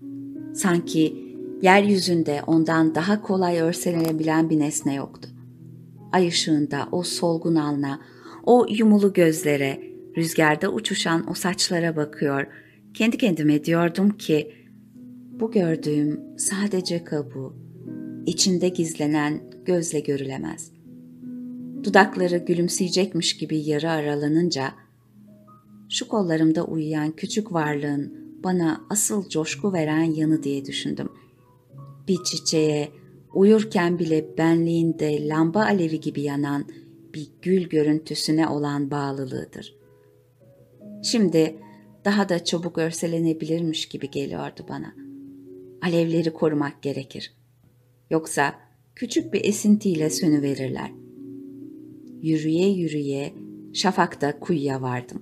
Sanki yeryüzünde ondan daha kolay örselenebilen bir nesne yoktu. Ay ışığında o solgun alna, o yumulu gözlere, rüzgarda uçuşan o saçlara bakıyor, kendi kendime diyordum ki, bu gördüğüm sadece kabuğu, içinde gizlenen gözle görülemez. Dudakları gülümseyecekmiş gibi yarı aralanınca, şu kollarımda uyuyan küçük varlığın bana asıl coşku veren yanı diye düşündüm. Bir çiçeğe uyurken bile benliğinde lamba alevi gibi yanan bir gül görüntüsüne olan bağlılığıdır. Şimdi daha da çabuk örselenebilirmiş gibi geliyordu bana. Alevleri korumak gerekir. Yoksa küçük bir esintiyle sönüverirler. Yürüye yürüye şafakta kuyuya vardım.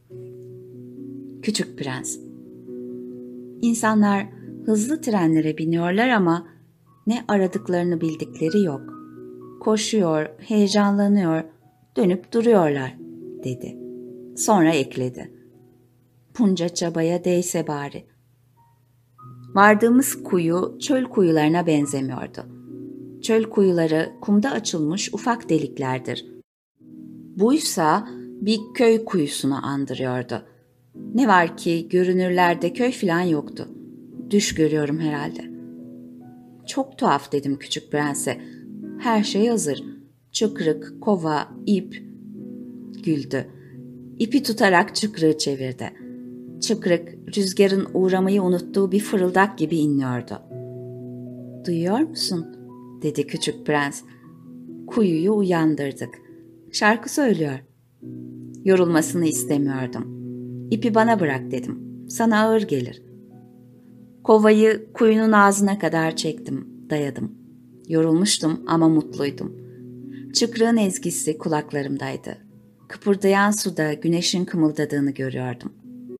Küçük prens. İnsanlar hızlı trenlere biniyorlar ama ne aradıklarını bildikleri yok. Koşuyor, heyecanlanıyor, dönüp duruyorlar, dedi. Sonra ekledi. Bunca çabaya değse bari. Vardığımız kuyu çöl kuyularına benzemiyordu. Çöl kuyuları kumda açılmış ufak deliklerdir. Buysa bir köy kuyusunu andırıyordu. Ne var ki görünürlerde köy falan yoktu. Düş görüyorum herhalde. Çok tuhaf, dedim küçük prense. Her şey hazır. Çıkrık, kova, ip. Güldü. İpi tutarak çıkrığı çevirdi. Çıkrık rüzgarın uğramayı unuttuğu bir fırıldak gibi inliyordu. Duyuyor musun? Dedi küçük prens. Kuyuyu uyandırdık. Şarkı söylüyor. Yorulmasını istemiyordum. İpi bana bırak dedim. Sana ağır gelir. Kovayı kuyunun ağzına kadar çektim, dayadım. Yorulmuştum ama mutluydum. Çıkrığın ezgisi kulaklarımdaydı. Kıpırdayan suda güneşin kımıldadığını görüyordum.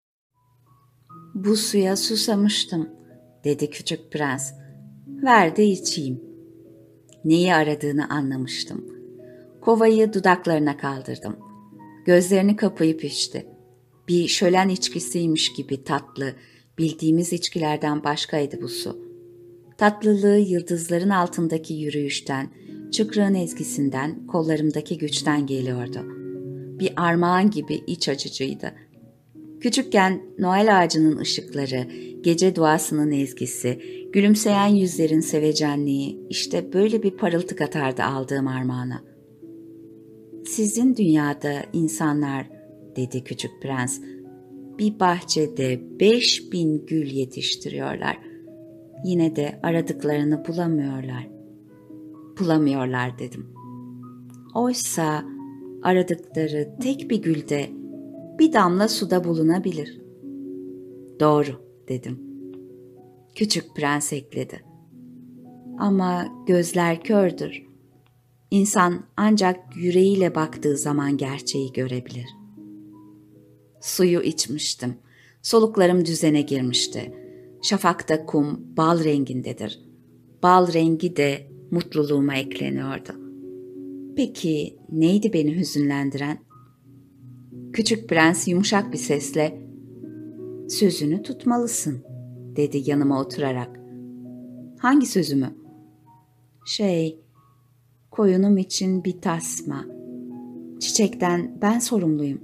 Bu suya susamıştım, dedi küçük prens. Ver de içeyim. Neyi aradığını anlamıştım. Kovayı dudaklarına kaldırdım. Gözlerini kapayıp içti. Bir şölen içkisiymiş gibi tatlı, bildiğimiz içkilerden başkaydı bu su. Tatlılığı yıldızların altındaki yürüyüşten, çıkrığın ezgisinden, kollarımdaki güçten geliyordu. Bir armağan gibi iç açıcıydı. Küçükken Noel ağacının ışıkları, gece duasının ezgisi, gülümseyen yüzlerin sevecenliği, işte böyle bir parıltı katardı aldığım armağana. Sizin dünyada insanlar, dedi küçük prens, bir bahçede beş bin gül yetiştiriyorlar. Yine de aradıklarını bulamıyorlar. Bulamıyorlar, dedim. Oysa aradıkları tek bir gülde, bir damla suda bulunabilir. Doğru, dedim. Küçük prens ekledi. Ama gözler kördür. İnsan ancak yüreğiyle baktığı zaman gerçeği görebilir. Suyu içmiştim. Soluklarım düzene girmişti. Şafakta kum bal rengindedir. Bal rengi de mutluluğuma ekleniyordu. Peki neydi beni hüzünlendiren? Küçük prens yumuşak bir sesle, "Sözünü tutmalısın," dedi yanıma oturarak. "Hangi sözümü?" "Şey, koyunum için bir tasma. Çiçekten ben sorumluyum."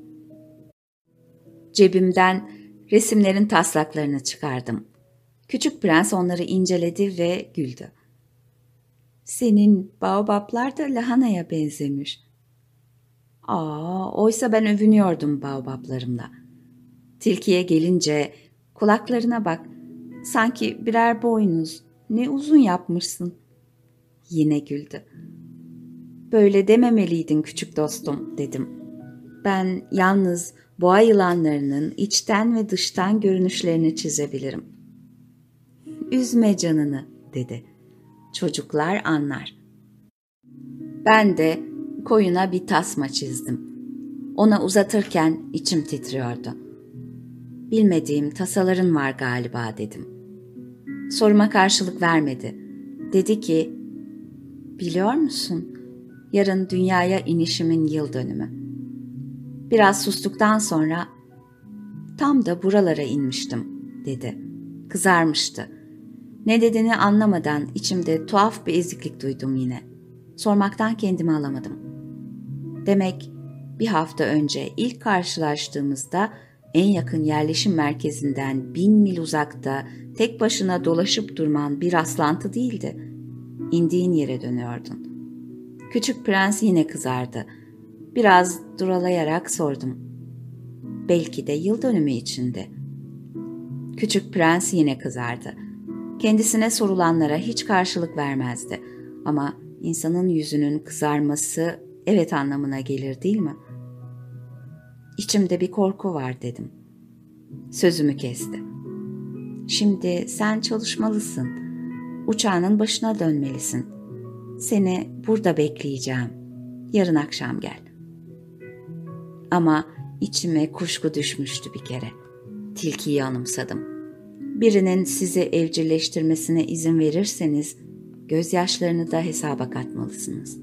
Cebimden resimlerin taslaklarını çıkardım. Küçük prens onları inceledi ve güldü. "Senin baobaplar da lahanaya benzemiş." "Aa, oysa ben övünüyordum baobaplarımla." Tilkiye gelince, "Kulaklarına bak, sanki birer boynuz, ne uzun yapmışsın." Yine güldü. "Böyle dememeliydin küçük dostum," dedim. "Ben yalnız boğa yılanlarının içten ve dıştan görünüşlerini çizebilirim." "Üzme canını," dedi. "Çocuklar anlar." Ben de koyuna bir tasma çizdim. Ona uzatırken içim titriyordu. "Bilmediğim tasaların var galiba," dedim. Soruma karşılık vermedi. Dedi ki, "Biliyor musun, yarın dünyaya inişimin yıl dönümü." Biraz sustuktan sonra, "Tam da buralara inmiştim," dedi. Kızarmıştı. Ne dediğini anlamadan içimde tuhaf bir eziklik duydum yine. Sormaktan kendimi alamadım. Demek bir hafta önce ilk karşılaştığımızda en yakın yerleşim merkezinden bin mil uzakta tek başına dolaşıp durman bir rastlantı değildi. İndiğin yere dönüyordun. Küçük prens yine kızardı. Biraz duralayarak sordum. "Belki de yıl dönümü içindi." Küçük prens yine kızardı. Kendisine sorulanlara hiç karşılık vermezdi. Ama insanın yüzünün kızarması evet anlamına gelir değil mi? "İçimde bir korku var," dedim. Sözümü kesti. "Şimdi sen çalışmalısın. Uçağının başına dönmelisin. Seni burada bekleyeceğim. Yarın akşam gel." Ama içime kuşku düşmüştü bir kere. Tilkiyi anımsadım. Birinin sizi evcilleştirmesine izin verirseniz gözyaşlarını da hesaba katmalısınız.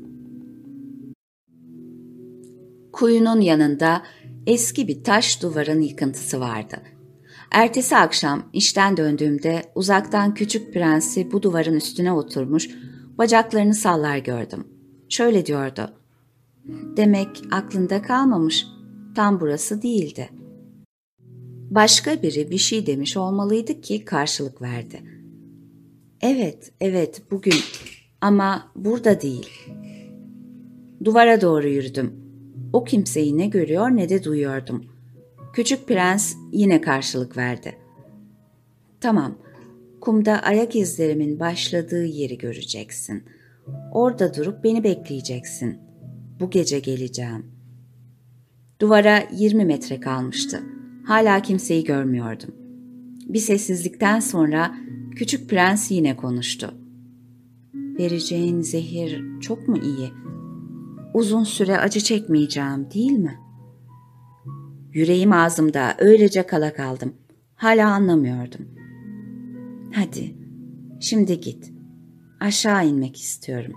Kuyunun yanında eski bir taş duvarın yıkıntısı vardı. Ertesi akşam işten döndüğümde uzaktan küçük prensi bu duvarın üstüne oturmuş, bacaklarını sallar gördüm. Şöyle diyordu: "Demek aklında kalmamış, tam burası değildi." Başka biri bir şey demiş olmalıydı ki karşılık verdi. "Evet, evet bugün ama burada değil." Duvara doğru yürüdüm. O kimseyi ne görüyor ne de duyuyordum. Küçük prens yine karşılık verdi. "Tamam, kumda ayak izlerimin başladığı yeri göreceksin. Orada durup beni bekleyeceksin. Bu gece geleceğim." Duvara yirmi metre kalmıştı. Hala kimseyi görmüyordum. Bir sessizlikten sonra küçük prens yine konuştu. "Vereceğin zehir çok mu iyi? Uzun süre acı çekmeyeceğim değil mi?" Yüreğim ağzımda öylece kala kaldım. Hala anlamıyordum. "Hadi, şimdi git. Aşağı inmek istiyorum."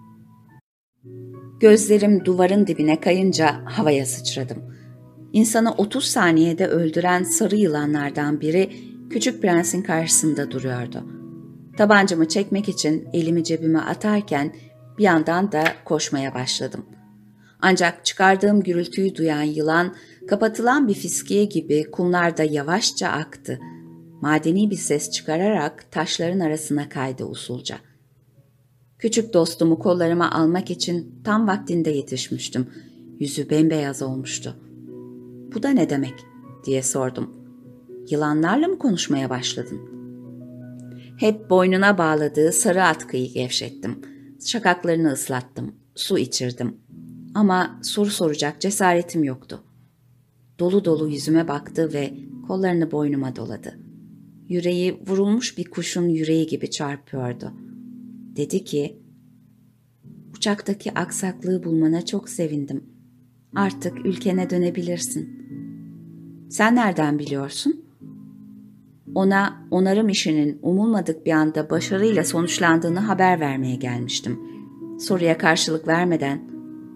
Gözlerim duvarın dibine kayınca havaya sıçradım. İnsanı otuz saniyede öldüren sarı yılanlardan biri küçük prensin karşısında duruyordu. Tabancamı çekmek için elimi cebime atarken bir yandan da koşmaya başladım. Ancak çıkardığım gürültüyü duyan yılan kapatılan bir fiskiye gibi kumlarda yavaşça aktı. Madeni bir ses çıkararak taşların arasına kaydı usulca. Küçük dostumu kollarıma almak için tam vaktinde yetişmiştim. Yüzü bembeyaz olmuştu. "Bu da ne demek?" diye sordum. "Yılanlarla mı konuşmaya başladın?" Hep boynuna bağladığı sarı atkıyı gevşettim. Şakaklarını ıslattım. Su içirdim. Ama soru soracak cesaretim yoktu. Dolu dolu yüzüme baktı ve kollarını boynuma doladı. Yüreği vurulmuş bir kuşun yüreği gibi çarpıyordu. Dedi ki, "Uçaktaki aksaklığı bulmana çok sevindim. Artık ülkene dönebilirsin." "Sen nereden biliyorsun?" "Ona onarım işinin umulmadık bir anda başarıyla sonuçlandığını haber vermeye gelmiştim." Soruya karşılık vermeden,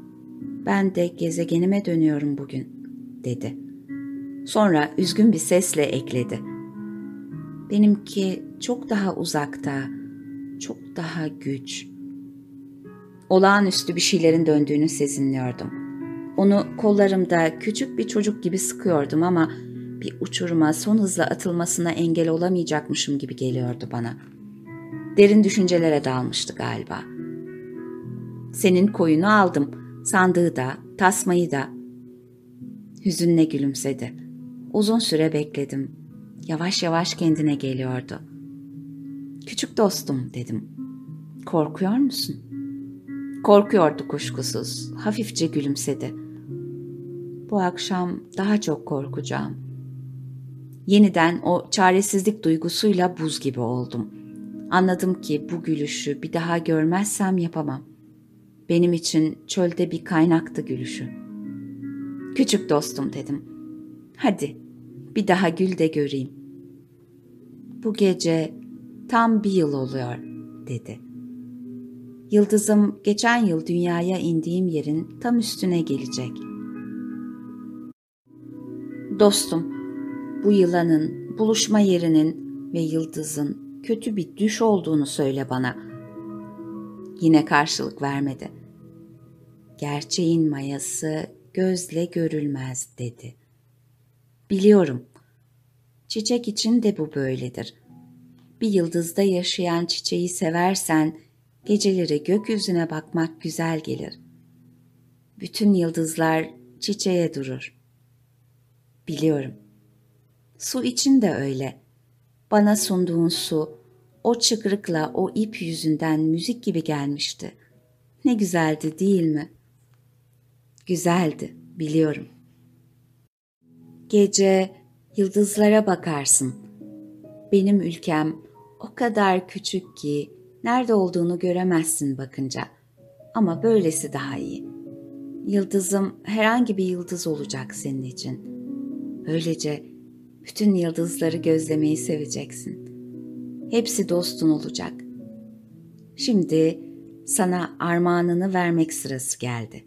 Ben de gezegenime dönüyorum bugün, dedi. Sonra üzgün bir sesle ekledi. Benimki çok daha uzakta, çok daha güç. Olağanüstü bir şeylerin döndüğünü sezinliyordum. Onu kollarımda küçük bir çocuk gibi sıkıyordum ama bir uçuruma son hızla atılmasına engel olamayacakmışım gibi geliyordu bana. Derin düşüncelere dalmıştı galiba. Senin koyunu aldım, sandığı da, tasmayı da. Hüzünle gülümsedi. Uzun süre bekledim. Yavaş yavaş kendine geliyordu. Küçük dostum, dedim. Korkuyor musun? Korkuyordu kuşkusuz. Hafifçe gülümsedi. Bu akşam daha çok korkacağım. Yeniden o çaresizlik duygusuyla buz gibi oldum. Anladım ki bu gülüşü bir daha görmezsem yapamam. Benim için çölde bir kaynaktı gülüşü. Küçük dostum, dedim. Hadi bir daha gül de göreyim. Bu gece tam bir yıl oluyor, dedi. Yıldızım geçen yıl dünyaya indiğim yerin tam üstüne gelecek. Dostum, bu yılanın, buluşma yerinin ve yıldızın kötü bir düş olduğunu söyle bana. Yine karşılık vermedi. Gerçeğin mayası gözle görülmez, dedi. Biliyorum. Çiçek için de bu böyledir. Bir yıldızda yaşayan çiçeği seversen, geceleri gökyüzüne bakmak güzel gelir. Bütün yıldızlar çiçeğe durur. Biliyorum. Su için de öyle. Bana sunduğun su, o çıkrıkla o ip yüzünden müzik gibi gelmişti. Ne güzeldi, değil mi? Güzeldi, biliyorum. Gece yıldızlara bakarsın. Benim ülkem o kadar küçük ki nerede olduğunu göremezsin bakınca. Ama böylesi daha iyi. Yıldızım herhangi bir yıldız olacak senin için. Böylece bütün yıldızları gözlemeyi seveceksin. Hepsi dostun olacak. Şimdi sana armağanını vermek sırası geldi.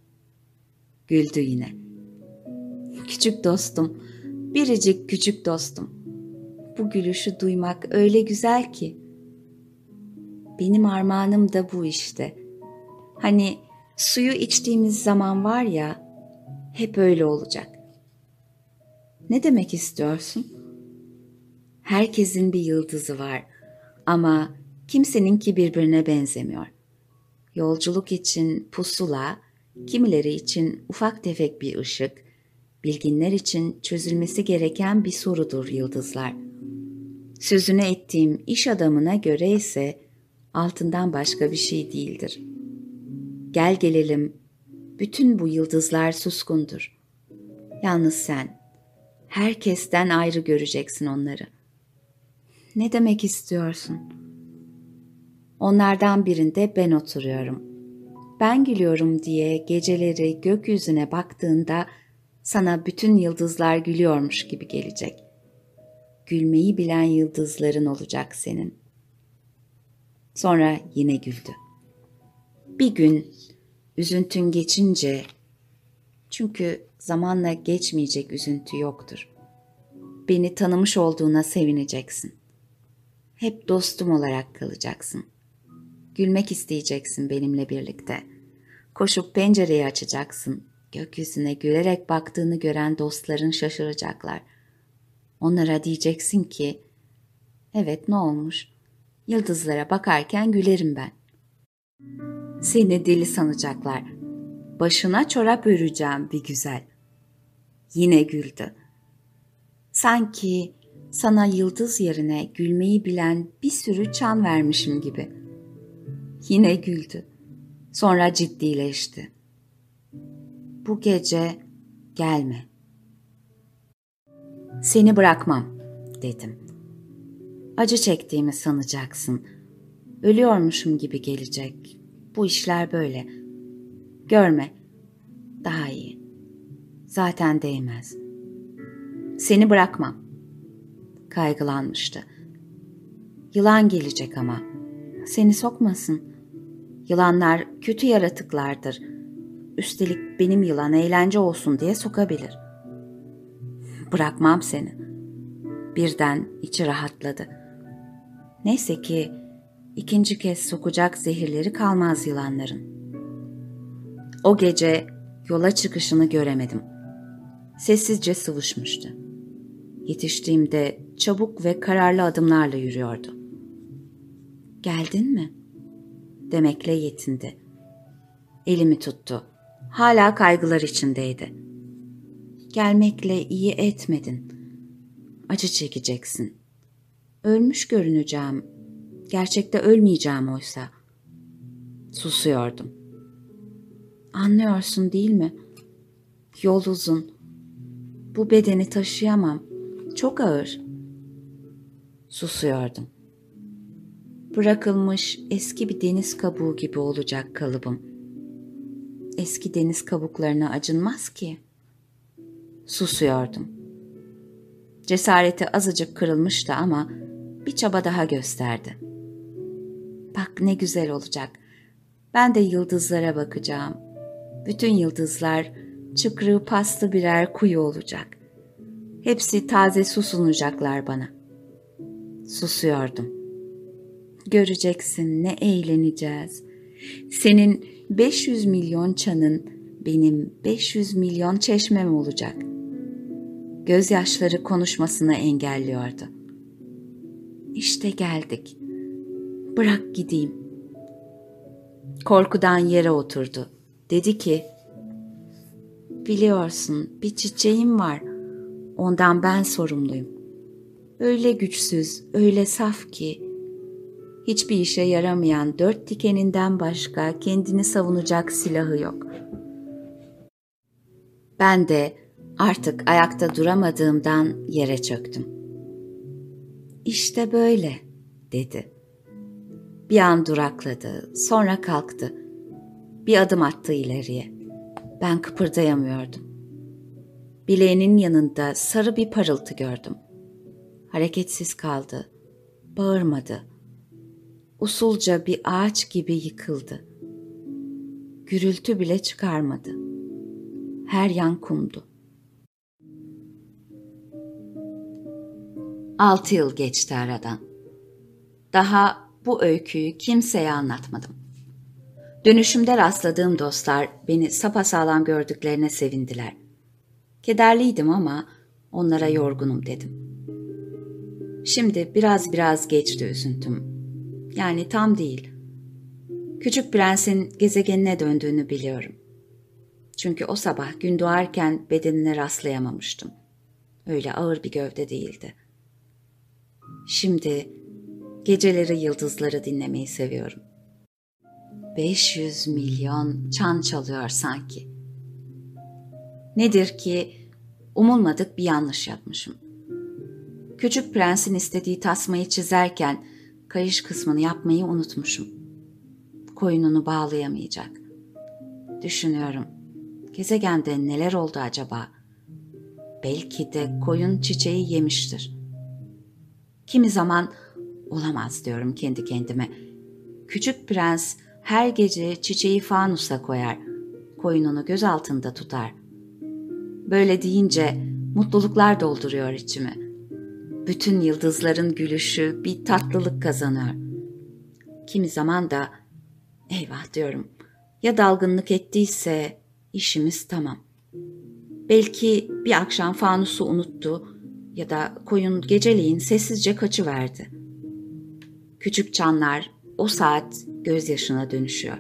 Güldü yine. Küçük dostum, biricik küçük dostum. Bu gülüşü duymak öyle güzel ki. Benim armağanım da bu işte. Hani suyu içtiğimiz zaman var ya, hep öyle olacak. Ne demek istiyorsun? Herkesin bir yıldızı var ama kimseninki birbirine benzemiyor. Yolculuk için pusula, kimileri için ufak tefek bir ışık, bilginler için çözülmesi gereken bir sorudur yıldızlar. Sözüne ettiğim iş adamına göre ise altından başka bir şey değildir. Gel gelelim, bütün bu yıldızlar suskundur. Yalnız sen, herkesten ayrı göreceksin onları. Ne demek istiyorsun? Onlardan birinde ben oturuyorum. Ben gülüyorum diye geceleri gökyüzüne baktığında sana bütün yıldızlar gülüyormuş gibi gelecek. Gülmeyi bilen yıldızların olacak senin. Sonra yine güldü. Bir gün üzüntün geçince, çünkü zamanla geçmeyecek üzüntü yoktur. Beni tanımış olduğuna sevineceksin. Hep dostum olarak kalacaksın. Gülmek isteyeceksin benimle birlikte. Koşup pencereyi açacaksın. Gökyüzüne gülerek baktığını gören dostların şaşıracaklar. Onlara diyeceksin ki, evet ne olmuş? Yıldızlara bakarken gülerim ben. Seni deli sanacaklar. Başına çorap öreceğim bir güzel. Yine güldü. Sanki sana yıldız yerine gülmeyi bilen bir sürü çan vermişim gibi. Yine güldü. Sonra ciddileşti. Bu gece gelme. Seni bırakmam, dedim. Acı çektiğimi sanacaksın. Ölüyormuşum gibi gelecek. Bu işler böyle. Görme. Daha iyi. Zaten değmez. Seni bırakmam. Kaygılanmıştı. Yılan gelecek ama. Seni sokmasın. Yılanlar kötü yaratıklardır. üstelik benim yılan eğlence olsun diye sokabilir. Bırakmam seni. Birden içi rahatladı. Neyse ki ikinci kez sokacak zehirleri kalmaz yılanların. O gece yola çıkışını göremedim. Sessizce sıvışmıştı. Yetiştiğimde çabuk ve kararlı adımlarla yürüyordu. "Geldin mi?" demekle yetindi. Elimi tuttu. Hala kaygılar içindeydi. "Gelmekle iyi etmedin. Acı çekeceksin. Ölmüş görüneceğim. Gerçekte ölmeyeceğim oysa." Susuyordum. "Anlıyorsun değil mi? Yol uzun. Bu bedeni taşıyamam. Çok ağır." Susuyordum. Bırakılmış eski bir deniz kabuğu gibi olacak kalıbım. Eski deniz kabuklarına acınmaz ki. Susuyordum. Cesareti azıcık kırılmıştı ama bir çaba daha gösterdi. "Bak ne güzel olacak. Ben de yıldızlara bakacağım. Bütün yıldızlar çıkrığı paslı birer kuyu olacak. Hepsi taze su sunacaklar bana." Susuyordum. "Göreceksin ne eğleneceğiz. Senin beş yüz milyon çanın benim beş yüz milyon çeşmem olacak." Gözyaşları konuşmasını engelliyordu. "İşte geldik. Bırak gideyim." Korkudan yere oturdu. Dedi ki, "Biliyorsun bir çiçeğim var. Ondan ben sorumluyum. Öyle güçsüz, öyle saf ki hiçbir işe yaramayan dört dikeninden başka kendini savunacak silahı yok." Ben de artık ayakta duramadığımdan yere çöktüm. "İşte böyle," dedi. Bir an durakladı, sonra kalktı. Bir adım attı ileriye. Ben kıpırdayamıyordum. Bileğinin yanında sarı bir parıltı gördüm. Hareketsiz kaldı, bağırmadı. Usulca bir ağaç gibi yıkıldı. Gürültü bile çıkarmadı. Her yan kumdu. Altı yıl geçti aradan. Daha bu öyküyü kimseye anlatmadım. Dönüşümde rastladığım dostlar beni sapasağlam gördüklerine sevindiler. Kederliydim ama onlara yorgunum dedim. Şimdi biraz biraz geçti üzüntüm. Yani tam değil. Küçük Prens'in gezegenine döndüğünü biliyorum. Çünkü o sabah gün doğarken bedenine rastlayamamıştım. Öyle ağır bir gövde değildi. Şimdi geceleri yıldızları dinlemeyi seviyorum. beş yüz milyon çan çalıyor sanki. Nedir ki umulmadık bir yanlış yapmışım. Küçük Prens'in istediği tasmayı çizerken kayış kısmını yapmayı unutmuşum. Koyununu bağlayamayacak. Düşünüyorum, gezegende neler oldu acaba? Belki de koyun çiçeği yemiştir. Kimi zaman olamaz diyorum kendi kendime. Küçük Prens her gece çiçeği fanusa koyar, koyununu göz altında tutar. Böyle deyince mutluluklar dolduruyor içimi. Bütün yıldızların gülüşü bir tatlılık kazanıyor. Kimi zaman da eyvah diyorum, ya dalgınlık ettiyse işimiz tamam. Belki bir akşam fanusu unuttu ya da koyun geceleyin sessizce kaçıverdi. Küçük çanlar o saat gözyaşına dönüşüyor.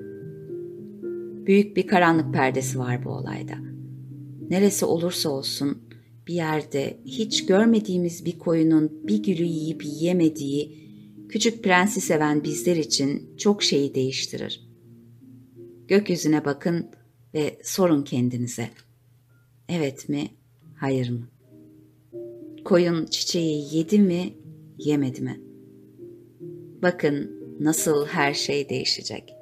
Büyük bir karanlık perdesi var bu olayda. Neresi olursa olsun bir yerde hiç görmediğimiz bir koyunun bir gülü yiyip yiyemediği, Küçük Prens'i seven bizler için çok şeyi değiştirir. Gökyüzüne bakın ve sorun kendinize. Evet mi, hayır mı? Koyun çiçeği yedi mi, yemedi mi? Bakın nasıl her şey değişecek.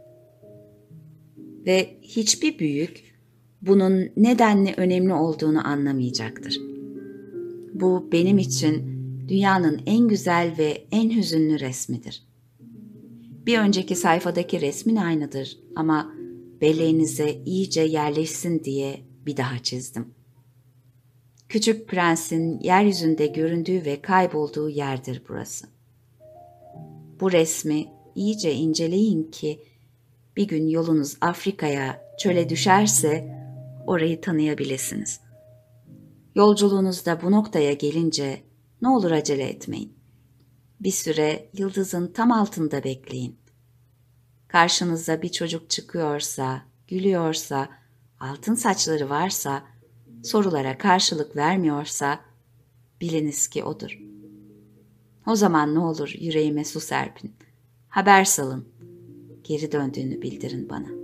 Ve hiçbir büyük bunun nedenle önemli olduğunu anlamayacaktır. Bu benim için dünyanın en güzel ve en hüzünlü resmidir. Bir önceki sayfadaki resmin aynıdır ama belleğinize iyice yerleşsin diye bir daha çizdim. Küçük Prens'in yeryüzünde göründüğü ve kaybolduğu yerdir burası. Bu resmi iyice inceleyin ki bir gün yolunuz Afrika'ya, çöle düşerse orayı tanıyabilirsiniz. Yolculuğunuzda bu noktaya gelince ne olur acele etmeyin. Bir süre yıldızın tam altında bekleyin. Karşınıza bir çocuk çıkıyorsa, gülüyorsa, altın saçları varsa, sorulara karşılık vermiyorsa biliniz ki odur. O zaman ne olur yüreğime su serpin. Haber salın. Geri döndüğünü bildirin bana.